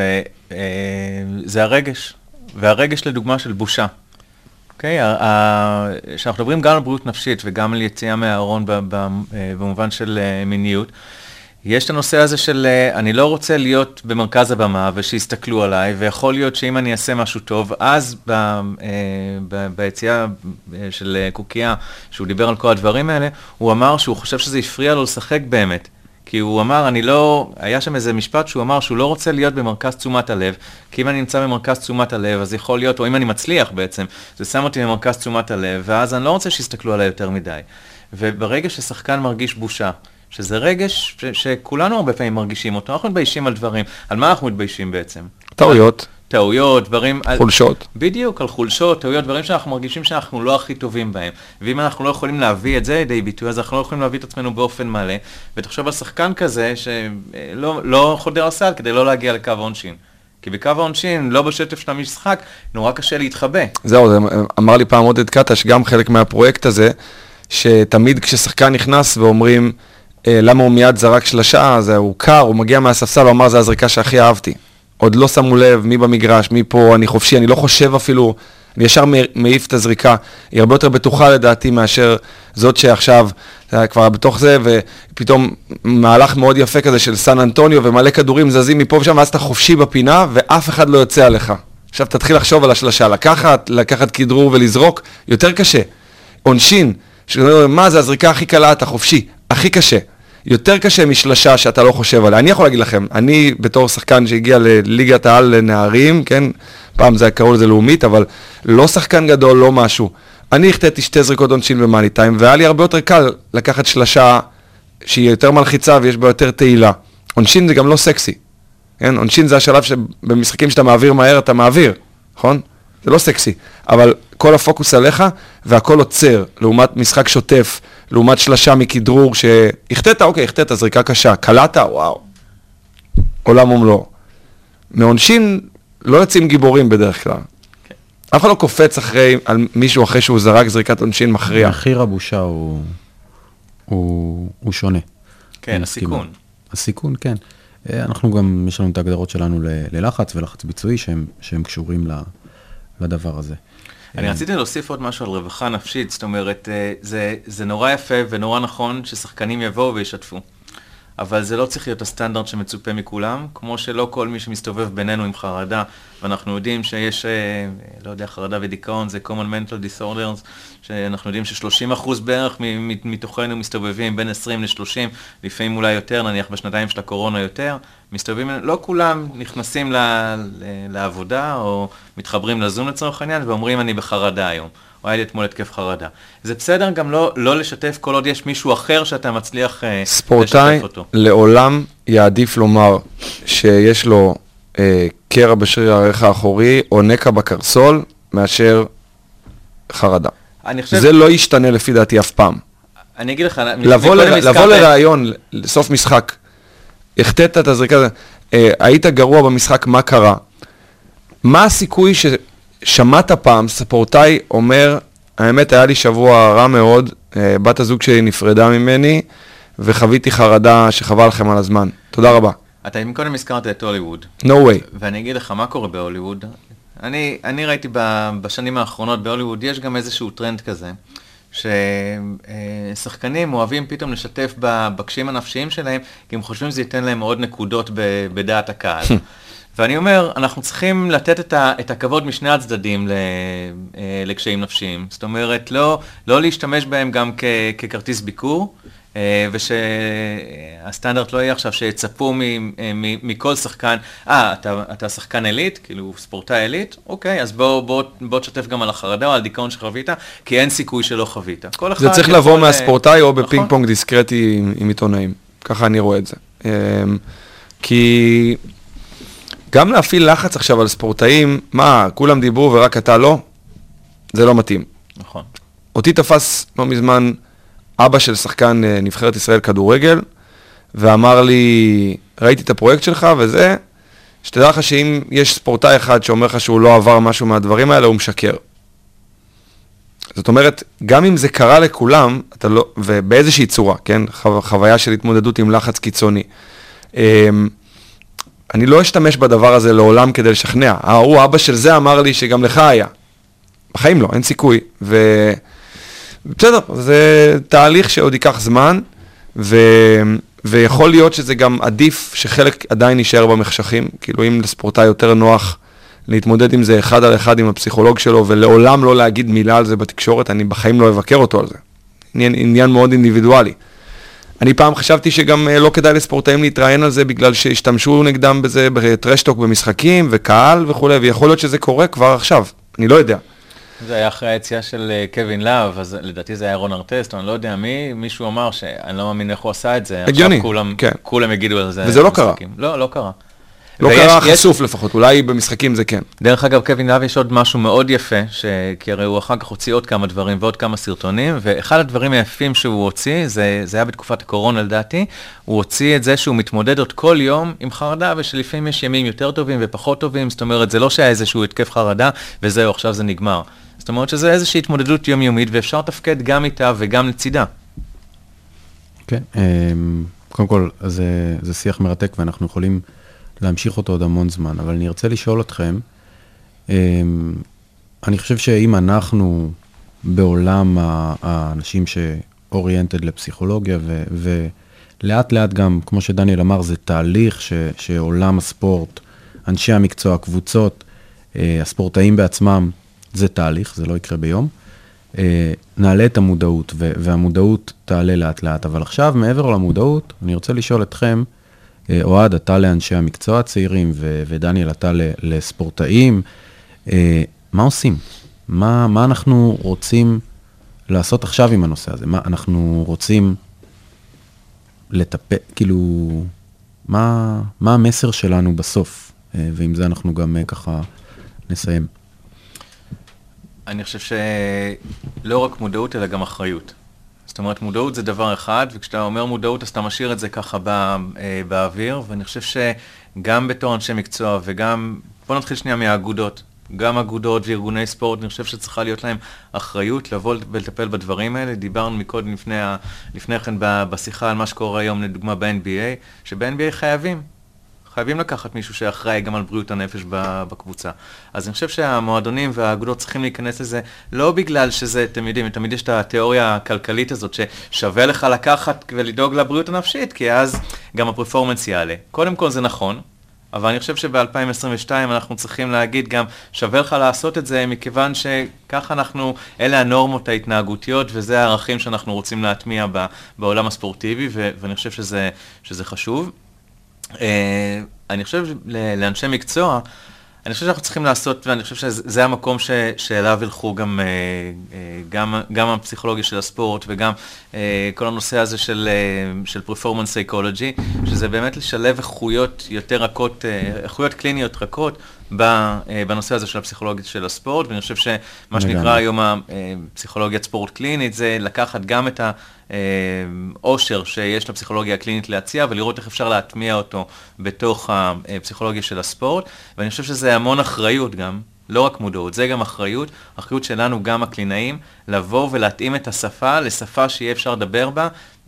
שזה הרגש, והרגש לדוגמה של בושה. אוקיי? שאנחנו מדברים גם על בריאות נפשית וגם על יציאה מהארון במובן של מיניות, יש את הנושא הזה של אני לא רוצה להיות במרכז הבמה ושיסתכלו עליי, ויכול להיות שאם אני אעשה משהו טוב, אז ב, ב, ביציאה של קוקיה, שהוא דיבר על כל הדברים האלה, הוא אמר שהוא חושב שזה הפריע לו לשחק באמת. כי הוא אמר, אני לא, היה שם איזה משפט שהוא אמר שהוא לא רוצה להיות במרכז תשומת הלב, כי אם אני נמצא במרכז תשומת הלב, אז יכול להיות, או אם אני מצליח בעצם, זה שם אותי במרכז תשומת הלב, ואז אני לא רוצה שיסתכלו עליי יותר מדי. וברגע ששחקן מרגיש בושה, שזה רגש ש- שכולנו הרבה פעמים מרגישים אותו, אנחנו מתביישים על דברים. על מה אנחנו מתביישים בעצם? טעויות. טעויות, דברים... חולשות. על... בדיוק, על חולשות, טעויות, דברים שאנחנו מרגישים שאנחנו לא הכי טובים בהם. ואם אנחנו לא יכולים להביא את זה לידי ביטוי, אז אנחנו לא יכולים להביא את עצמנו באופן מלא. ותחשוב על שחקן כזה שלא לא חודר הסל כדי לא להגיע לקו העונשין. כי בקו העונשין, לא בשטף של המשחק, נורא קשה להתחבא. זהו, זה אמר לי פעם עודד קטש, גם חלק מהפרויקט הזה, שתמיד כששחקן נכנס ואומרים, למה הוא מיד זרק שלשה, זה הוא קר, הוא מגיע מהספסל, הוא אמר, זה הזריקה שהכי אהבתי. עוד לא שמו לב מי במגרש, מי פה, אני חופשי, אני לא חושב אפילו, אני ישר מעיף את הזריקה, היא הרבה יותר בטוחה לדעתי מאשר זאת שעכשיו, כבר בתוך זה, ופתאום מהלך מאוד יפה כזה של סן אנטוניו, ומלא כדורים זזים מפה ושם, ואז אתה חופשי בפינה, ואף אחד לא יוצא עליך. עכשיו תתחיל לחשוב על השלשה, לקחת, לקחת כדרור ולזרוק, יותר קשה. עונשין, מה זה הזריקה הכי קלה, אתה חופשי, הכי קשה. יותר קשה משלשה שאתה לא חושב עליה. אני יכול להגיד לכם, אני בתור שחקן שהגיע לליגת העל לנערים, כן, פעם זה קראו לזה לאומית, אבל לא שחקן גדול, לא משהו. אני החטאתי שתי זריקות עונשין במאני טיים, והיה לי הרבה יותר קל לקחת שלשה שהיא יותר מלחיצה ויש בה יותר תהילה. עונשין זה גם לא סקסי. כן? עונשין זה השלב שבמשחקים שאתה מעביר מהר, אתה מעביר, נכון? זה לא סקסי, אבל כל הפוקוס עליך, והכל עוצר, לעומת משחק שוטף, לעומת שלשה מכדרור, שהחטאת, אוקיי, החטאת, זריקה קשה, קלעת, וואו, עולם ומלואו. מעונשין לא יוצאים גיבורים בדרך כלל. אף אחד לא קופץ אחרי, על מישהו אחרי שהוא זרק זריקת עונשין מכריע. מחיר הבושה הוא, הוא, הוא שונה. כן, הסיכון. הסיכון, כן. אנחנו גם, יש לנו את ההגדרות שלנו ל- ללחץ ולחץ ביצועי, שהם, שהם קשורים ל- לדבר הזה. אני רציתי להוסיף עוד משהו על רווחה נפשית, זאת אומרת, זה, זה נורא יפה ונורא נכון ששחקנים יבואו וישתפו. אבל זה לא צריך להיות הסטנדרט שמצופה מכולם, כמו שלא כל מי שמסתובב בינינו עם חרדה, ואנחנו יודעים שיש, לא יודע, חרדה ודיכאון, זה common mental disorders, שאנחנו יודעים ש-שלושים אחוז בערך מתוכנו מסתובבים בין עשרים ל-שלושים, לפעמים אולי יותר, נניח בשנתיים של הקורונה יותר, מסתובבים, לא כולם נכנסים לעבודה או מתחברים לזום לצורך העניין, ואומרים אני בחרדה היום. או היה לי אתמול התקף חרדה. זה בסדר גם לא, לא לשתף כל עוד יש מישהו אחר שאתה מצליח ספורטאי לשתף אותו. לעולם יעדיף לומר שיש לו אה, קרע בשריר הערך האחורי או נקע בקרסול מאשר חרדה. אני חושב... זה לא ישתנה לפי דעתי אף פעם. אני אגיד לך... לבוא, ל... לבוא לרעיון, לסוף משחק, החטאת את הזריקה הזה, אה, היית גרוע במשחק, מה קרה? מה הסיכוי ש... שמעת פעם, ספורטאי אומר, האמת היה לי שבוע רע מאוד, בת הזוג שלי נפרדה ממני, וחוויתי חרדה שחבל לכם על הזמן. תודה רבה. אתה מקודם הזכרת את הוליווד. No way. ואני אגיד לך מה קורה בהוליווד. אני, אני ראיתי בשנים האחרונות בהוליווד, יש גם איזשהו טרנד כזה, ששחקנים אוהבים פתאום לשתף בקשיים הנפשיים שלהם, כי הם חושבים שזה ייתן להם עוד נקודות בדעת הקהל. ואני אומר, אנחנו צריכים לתת את, ה, את הכבוד משני הצדדים לקשיים נפשיים. זאת אומרת, לא, לא להשתמש בהם גם כ, ככרטיס ביקור, ושהסטנדרט לא יהיה עכשיו שיצפו מ, מ, מכל שחקן, אה, אתה, אתה שחקן אליט, כאילו ספורטאי אליט, אוקיי, אז בוא, בוא, בוא תשתף גם על החרדה או על דיכאון שחווית, כי אין סיכוי שלא חווית. כל אחד זה צריך לבוא מהספורטאי או בפינג פונג דיסקרטי עם, עם עיתונאים. ככה אני רואה את זה. כי... גם להפעיל לחץ עכשיו על ספורטאים, מה, כולם דיברו ורק אתה לא? זה לא מתאים. נכון. אותי תפס לא מזמן אבא של שחקן נבחרת ישראל כדורגל, ואמר לי, ראיתי את הפרויקט שלך וזה, שתדע לך שאם יש ספורטאי אחד שאומר לך שהוא לא עבר משהו מהדברים האלה, הוא משקר. זאת אומרת, גם אם זה קרה לכולם, אתה לא, ובאיזושהי צורה, כן? חו, חוויה של התמודדות עם לחץ קיצוני. אני לא אשתמש בדבר הזה לעולם כדי לשכנע. הוא, אבא של זה אמר לי שגם לך היה. בחיים לא, אין סיכוי. ו... בסדר, זה תהליך שעוד ייקח זמן, ו... ויכול להיות שזה גם עדיף שחלק עדיין יישאר במחשכים. כאילו אם לספורטאי יותר נוח להתמודד עם זה אחד על אחד עם הפסיכולוג שלו, ולעולם לא להגיד מילה על זה בתקשורת, אני בחיים לא אבקר אותו על זה. עניין, עניין מאוד אינדיבידואלי. אני פעם חשבתי שגם לא כדאי לספורטאים להתראיין על זה, בגלל שהשתמשו נגדם בזה בטרשטוק במשחקים וקהל וכו', ויכול להיות שזה קורה כבר עכשיו, אני לא יודע. זה היה אחרי היציאה של קווין לאב, אז לדעתי זה היה רון ארטסט, אני לא יודע מי, מישהו אמר שאני לא מאמין איך הוא עשה את זה. הגיוני, עכשיו כולם, כן. כולם יגידו על זה. וזה לא קרה. לא, לא קרה. לא קרה חשוף לפחות, אולי במשחקים זה כן. דרך אגב, קווין לאב יש עוד משהו מאוד יפה, כי הרי הוא אחר כך הוציא עוד כמה דברים ועוד כמה סרטונים, ואחד הדברים היפים שהוא הוציא, זה, זה היה בתקופת הקורונה לדעתי, הוא הוציא את זה שהוא מתמודד עוד כל יום עם חרדה, ושלפעמים יש ימים יותר טובים ופחות טובים, זאת אומרת, זה לא שהיה איזשהו התקף חרדה, וזהו, עכשיו זה נגמר. זאת אומרת שזה איזושהי התמודדות יומיומית, ואפשר לתפקד גם איתה וגם לצידה. כן, קודם כל, זה, זה שיח מרתק, ואנחנו יכולים להמשיך אותו עוד המון זמן, אבל אני ארצה לשאול אתכם, אני חושב שאם אנחנו בעולם האנשים שאוריינטד לפסיכולוגיה, ו, ולאט לאט גם, כמו שדניאל אמר, זה תהליך ש, שעולם הספורט, אנשי המקצוע, הקבוצות, הספורטאים בעצמם, זה תהליך, זה לא יקרה ביום, נעלה את המודעות, והמודעות תעלה לאט לאט, אבל עכשיו מעבר למודעות, אני רוצה לשאול אתכם, אוהד, אתה לאנשי המקצוע הצעירים, ו- ודניאל, אתה לספורטאים, מה עושים? מה, מה אנחנו רוצים לעשות עכשיו עם הנושא הזה? מה אנחנו רוצים לטפל, כאילו, מה, מה המסר שלנו בסוף? ועם זה אנחנו גם ככה נסיים. אני חושב שלא רק מודעות, אלא גם אחריות. זאת אומרת, מודעות זה דבר אחד, וכשאתה אומר מודעות, אז אתה משאיר את זה ככה בא, באוויר, ואני חושב שגם בתור אנשי מקצוע, וגם, בוא נתחיל שנייה מהאגודות, גם אגודות וארגוני ספורט, אני חושב שצריכה להיות להם אחריות לבוא ולטפל בדברים האלה. דיברנו מקודם לפני, לפני כן בשיחה על מה שקורה היום, לדוגמה ב-אן בי איי, שב-אן בי איי חייבים. חייבים לקחת מישהו שאחראי גם על בריאות הנפש בקבוצה. אז אני חושב שהמועדונים והאגודות צריכים להיכנס לזה, לא בגלל שזה, אתם יודעים, תמיד יש את התיאוריה הכלכלית הזאת, ששווה לך לקחת ולדאוג לבריאות הנפשית, כי אז גם הפרפורמנס יעלה. קודם כל זה נכון, אבל אני חושב שב-אלפיים עשרים ושתיים אנחנו צריכים להגיד גם, שווה לך לעשות את זה, מכיוון שככה אנחנו, אלה הנורמות ההתנהגותיות, וזה הערכים שאנחנו רוצים להטמיע בעולם הספורטיבי, ואני חושב שזה, שזה חשוב. Uh, אני חושב לאנשי מקצוע, אני חושב שאנחנו צריכים לעשות, ואני חושב שזה המקום ש, שאליו ילכו גם, uh, uh, גם, גם הפסיכולוגיה של הספורט, וגם uh, כל הנושא הזה של, uh, של performance psychology, שזה באמת לשלב איכויות יותר רכות, uh, איכויות קליניות רכות, בנושא הזה של הפסיכולוגיה של הספורט, ואני חושב שמה שנקרא היום הפסיכולוגיית ספורט קלינית, זה לקחת גם את העושר שיש לפסיכולוגיה הקלינית להציע, ולראות איך אפשר להטמיע אותו בתוך הפסיכולוגיה של הספורט, ואני חושב שזה המון אחריות גם, לא רק מודעות, זה גם אחריות, אחריות שלנו גם הקלינאים, לבוא ולהתאים את השפה לשפה שיהיה אפשר לדבר בה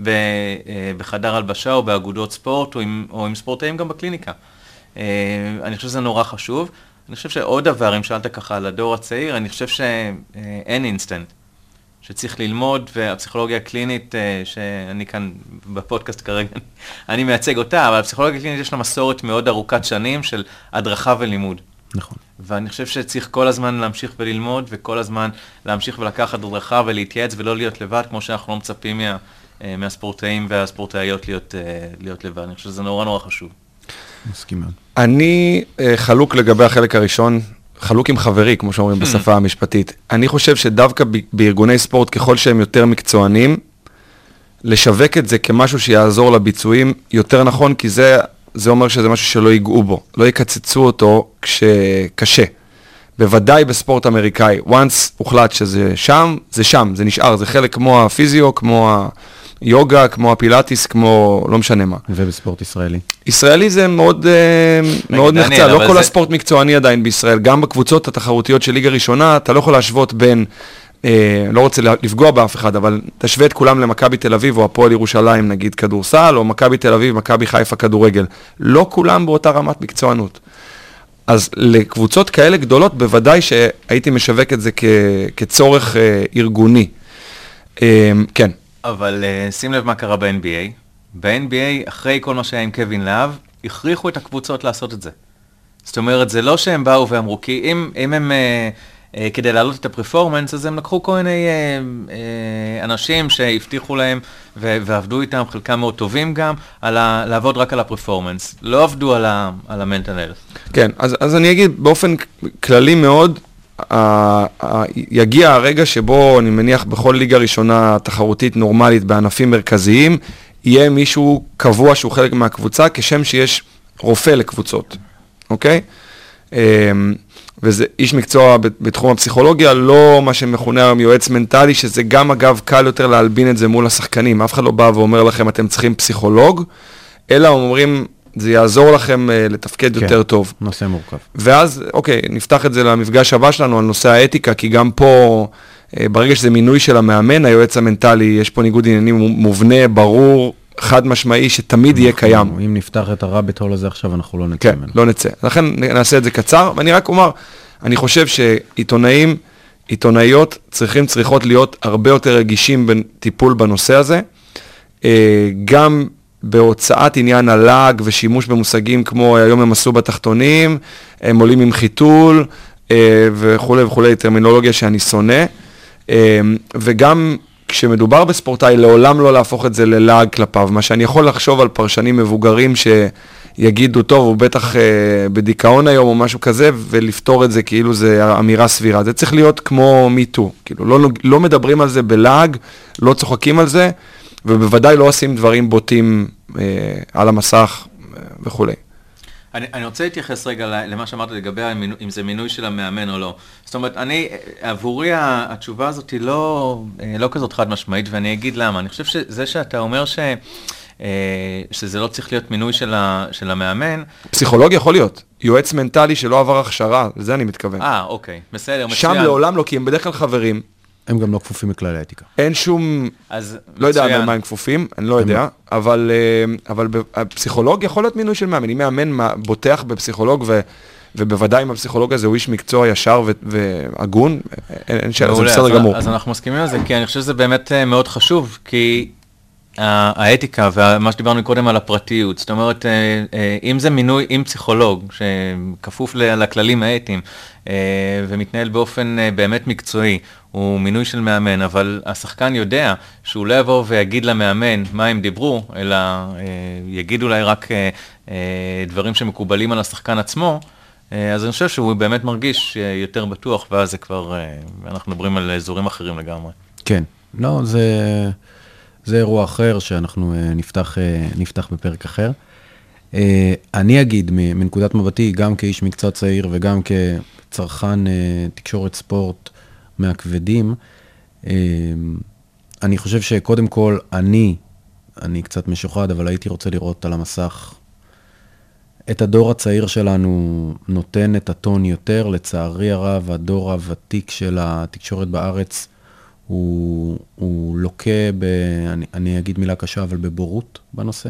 בחדר הלבשה או באגודות ספורט, או עם, או עם ספורטאים גם בקליניקה. Uh, אני חושב שזה נורא חשוב. אני חושב שעוד דבר, אם שאלת ככה על הדור הצעיר, אני חושב שאין אינסטנט, שצריך ללמוד, והפסיכולוגיה הקלינית, uh, שאני כאן בפודקאסט כרגע, אני מייצג אותה, אבל הפסיכולוגיה הקלינית יש לה מסורת מאוד ארוכת שנים של הדרכה ולימוד. נכון. ואני חושב שצריך כל הזמן להמשיך וללמוד, וכל הזמן להמשיך ולקחת הדרכה ולהתייעץ, ולא להיות לבד, כמו שאנחנו לא מצפים מה, uh, מהספורטאים והספורטאיות להיות, uh, להיות לבד. אני חושב שזה נורא נורא חשוב. מסכים מאוד. אני uh, חלוק לגבי החלק הראשון, חלוק עם חברי, כמו שאומרים בשפה המשפטית. אני חושב שדווקא ב- בארגוני ספורט, ככל שהם יותר מקצוענים, לשווק את זה כמשהו שיעזור לביצועים יותר נכון, כי זה, זה אומר שזה משהו שלא ייגעו בו, לא יקצצו אותו כשקשה. בוודאי בספורט אמריקאי, once הוחלט שזה שם, זה שם, זה נשאר, זה חלק כמו הפיזיו, כמו ה... יוגה, כמו הפילאטיס, כמו לא משנה מה. ובספורט ישראלי? ישראלי זה מאוד, מאוד נחצה, לא כל הספורט מקצועני עדיין בישראל, גם בקבוצות התחרותיות של ליגה ראשונה, אתה לא יכול להשוות בין, לא רוצה לפגוע באף אחד, אבל תשווה את כולם למכבי תל אביב, או הפועל ירושלים, נגיד כדורסל, או מכבי תל אביב, מכבי חיפה כדורגל. לא כולם באותה רמת מקצוענות. אז לקבוצות כאלה גדולות, בוודאי שהייתי משווק את זה כצורך ארגוני. כן. אבל uh, שים לב מה קרה ב-אן בי איי. ב-אן בי איי, אחרי כל מה שהיה עם קווין להב, הכריחו את הקבוצות לעשות את זה. זאת אומרת, זה לא שהם באו ואמרו, כי אם, אם הם, uh, uh, כדי להעלות את הפרפורמנס, אז הם לקחו כל מיני uh, uh, אנשים שהבטיחו להם ו- ועבדו איתם, חלקם מאוד טובים גם, על ה- לעבוד רק על הפרפורמנס. לא עבדו על ה- על ה-mental health. כן, אז, אז אני אגיד באופן כללי מאוד, יגיע הרגע שבו אני מניח בכל ליגה ראשונה תחרותית נורמלית בענפים מרכזיים, יהיה מישהו קבוע שהוא חלק מהקבוצה, כשם שיש רופא לקבוצות, אוקיי? וזה איש מקצוע בתחום הפסיכולוגיה, לא מה שמכונה היום יועץ מנטלי, שזה גם אגב קל יותר להלבין את זה מול השחקנים. אף אחד לא בא ואומר לכם אתם צריכים פסיכולוג, אלא אומרים זה יעזור לכם uh, לתפקד כן, יותר טוב. נושא מורכב. ואז, אוקיי, נפתח את זה למפגש הבא שלנו על נושא האתיקה, כי גם פה, uh, ברגע שזה מינוי של המאמן, היועץ המנטלי, יש פה ניגוד עניינים מובנה, ברור, חד משמעי, שתמיד יהיה קיים. אם נפתח את הרביט הול הזה עכשיו, אנחנו לא נצא כן, ממנו. לא נצא. לכן נעשה את זה קצר, ואני רק אומר, אני חושב שעיתונאים, עיתונאיות צריכים, צריכות להיות הרבה יותר רגישים בטיפול בנושא הזה, uh, גם בהוצאת עניין הלאג ושימוש במושגים כמו היום הם עשו בתחתונים, הם עולים עם חיתול וכו' וכו', טרמינולוגיה שאני שונא, וגם כשמדובר בספורטאי לעולם לא להפוך את זה ללאג כלפיו, מה שאני יכול לחשוב על פרשנים מבוגרים שיגידו טוב, הוא בטח בדיכאון היום או משהו כזה, ולפתור את זה כאילו זה אמירה סבירה, זה צריך להיות כמו מיטו, כאילו לא, לא מדברים על זה בלאג, לא צוחקים על זה, ובוודאי לא עושים דברים בוטים אה, על המסך אה, וכו'. אני, אני רוצה להתייחס רגע למה שאמרת לגבי המינוי, אם זה מינוי של המאמן או לא. זאת אומרת, אני, עבורי התשובה הזאת היא לא, לא כזאת חד משמעית, ואני אגיד למה. אני חושב שזה שאתה אומר ש, שזה לא צריך להיות מינוי של, ה, של המאמן. פסיכולוג יכול להיות. יועץ מנטלי שלא עבר הכשרה, לזה אני מתכוון. אה, אוקיי, בסדר, שם מצוין. לעולם לא, כי הם בדרך כלל חברים. הם גם לא כפופים מכלל האתיקה. אין שום, אז לא יודע מצוין. מה הם כפופים, אני לא יודע, אבל, אבל הפסיכולוג יכול להיות מינוי של מאמן. אם מאמן בוטח בפסיכולוג, ו, ובוודאי אם הפסיכולוג הזה הוא איש מקצוע ישר ו, והגון, אין, אין שאלה, זה בסדר אז, גמור. אז אנחנו מסכימים על זה, כי אני חושב שזה באמת מאוד חשוב, כי האתיקה ומה שדיברנו קודם על הפרטיות, זאת אומרת, אם זה מינוי עם פסיכולוג שכפוף לכללים האתיים ומתנהל באופן באמת מקצועי, הוא מינוי של מאמן, אבל השחקן יודע שהוא לא יבוא ויגיד למאמן מה הם דיברו, אלא יגיד אולי רק דברים שמקובלים על השחקן עצמו, אז אני חושב שהוא באמת מרגיש יותר בטוח, ואז זה כבר, אנחנו מדברים על אזורים אחרים לגמרי. כן, לא, זה... זה אירוע אחר שאנחנו נפתח, נפתח בפרק אחר. אני אגיד מנקודת מבטי, גם כאיש מקצוע צעיר וגם כצרכן תקשורת ספורט מהכבדים, אני חושב שקודם כל אני, אני קצת משוחד, אבל הייתי רוצה לראות על המסך את הדור הצעיר שלנו נותן את הטון יותר. לצערי הרב, הדור הוותיק של התקשורת בארץ, הוא, הוא לוקה, ב, אני, אני אגיד מילה קשה, אבל בבורות בנושא.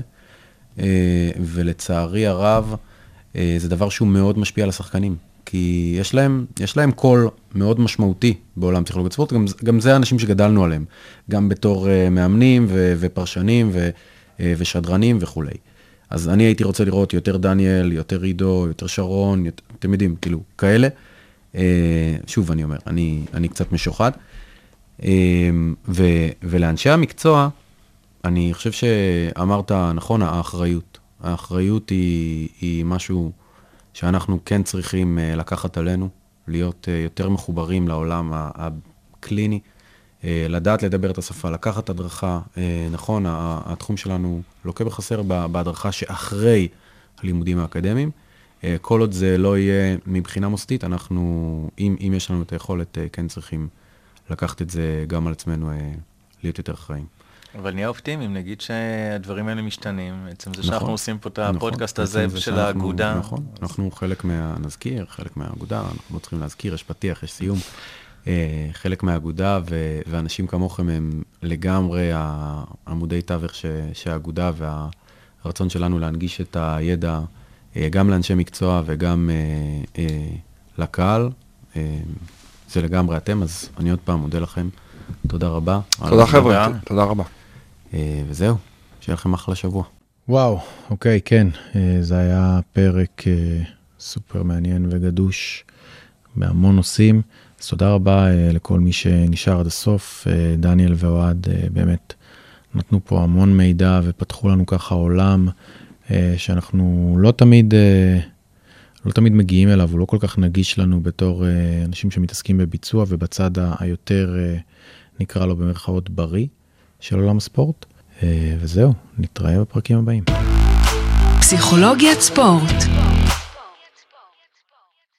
ולצערי הרב, זה דבר שהוא מאוד משפיע על השחקנים. כי יש להם, יש להם קול מאוד משמעותי בעולם פסיכולוגיית ספורט, גם, גם זה האנשים שגדלנו עליהם. גם בתור מאמנים ו, ופרשנים ו, ושדרנים וכו'. אז אני הייתי רוצה לראות יותר דניאל, יותר עידו, יותר שרון, יותר, אתם יודעים, כאילו, כאלה. שוב, אני אומר, אני, אני קצת משוחד. ו, ולאנשי המקצוע, אני חושב שאמרת, נכון, האחריות. האחריות היא, היא משהו שאנחנו כן צריכים לקחת עלינו, להיות יותר מחוברים לעולם הקליני, לדעת לדבר את השפה, לקחת הדרכה, נכון, התחום שלנו לוקה בחסר בהדרכה שאחרי הלימודים האקדמיים, כל עוד זה לא יהיה מבחינה מוסדית, אנחנו, אם, אם יש לנו את היכולת, כן צריכים לקחת את זה גם על עצמנו, להיות יותר אחראים. אבל נהיה אופטימיים, נגיד שהדברים האלה משתנים, בעצם זה נכון, שאנחנו עושים פה את נכון, הפודקאסט הזה של שאנחנו, האגודה. נכון, אנחנו חלק מהנזכיר, חלק מהאגודה, אנחנו לא צריכים להזכיר, יש פתיח, יש סיום. חלק מהאגודה, ו- ואנשים כמוכם הם לגמרי עמודי תווך ש- שהאגודה והרצון שלנו להנגיש את הידע גם לאנשי מקצוע וגם אה, אה, לקהל. אה, זה לגמרי אתם, אז אני עוד פעם מודה לכם. תודה רבה. תודה חבר'ה, תודה רבה. אה, וזהו, שיהיה לכם אחלה שבוע. וואו, אוקיי, כן. אה, זה היה פרק אה, סופר מעניין וגדוש בהמון נושאים. אז תודה רבה uh, לכל מי שנשאר עד הסוף. uh, דניאל ואוהד uh, באמת נתנו פה המון מידע ופתחו לנו ככה עולם uh, שאנחנו לא תמיד, uh, לא תמיד מגיעים אליו, הוא לא כל כך נגיש לנו בתור uh, אנשים שמתעסקים בביצוע ובצד היותר uh, נקרא לו במרכאות בריא של עולם הספורט. uh, וזהו, נתראה בפרקים הבאים. פסיכולוגיית ספורט.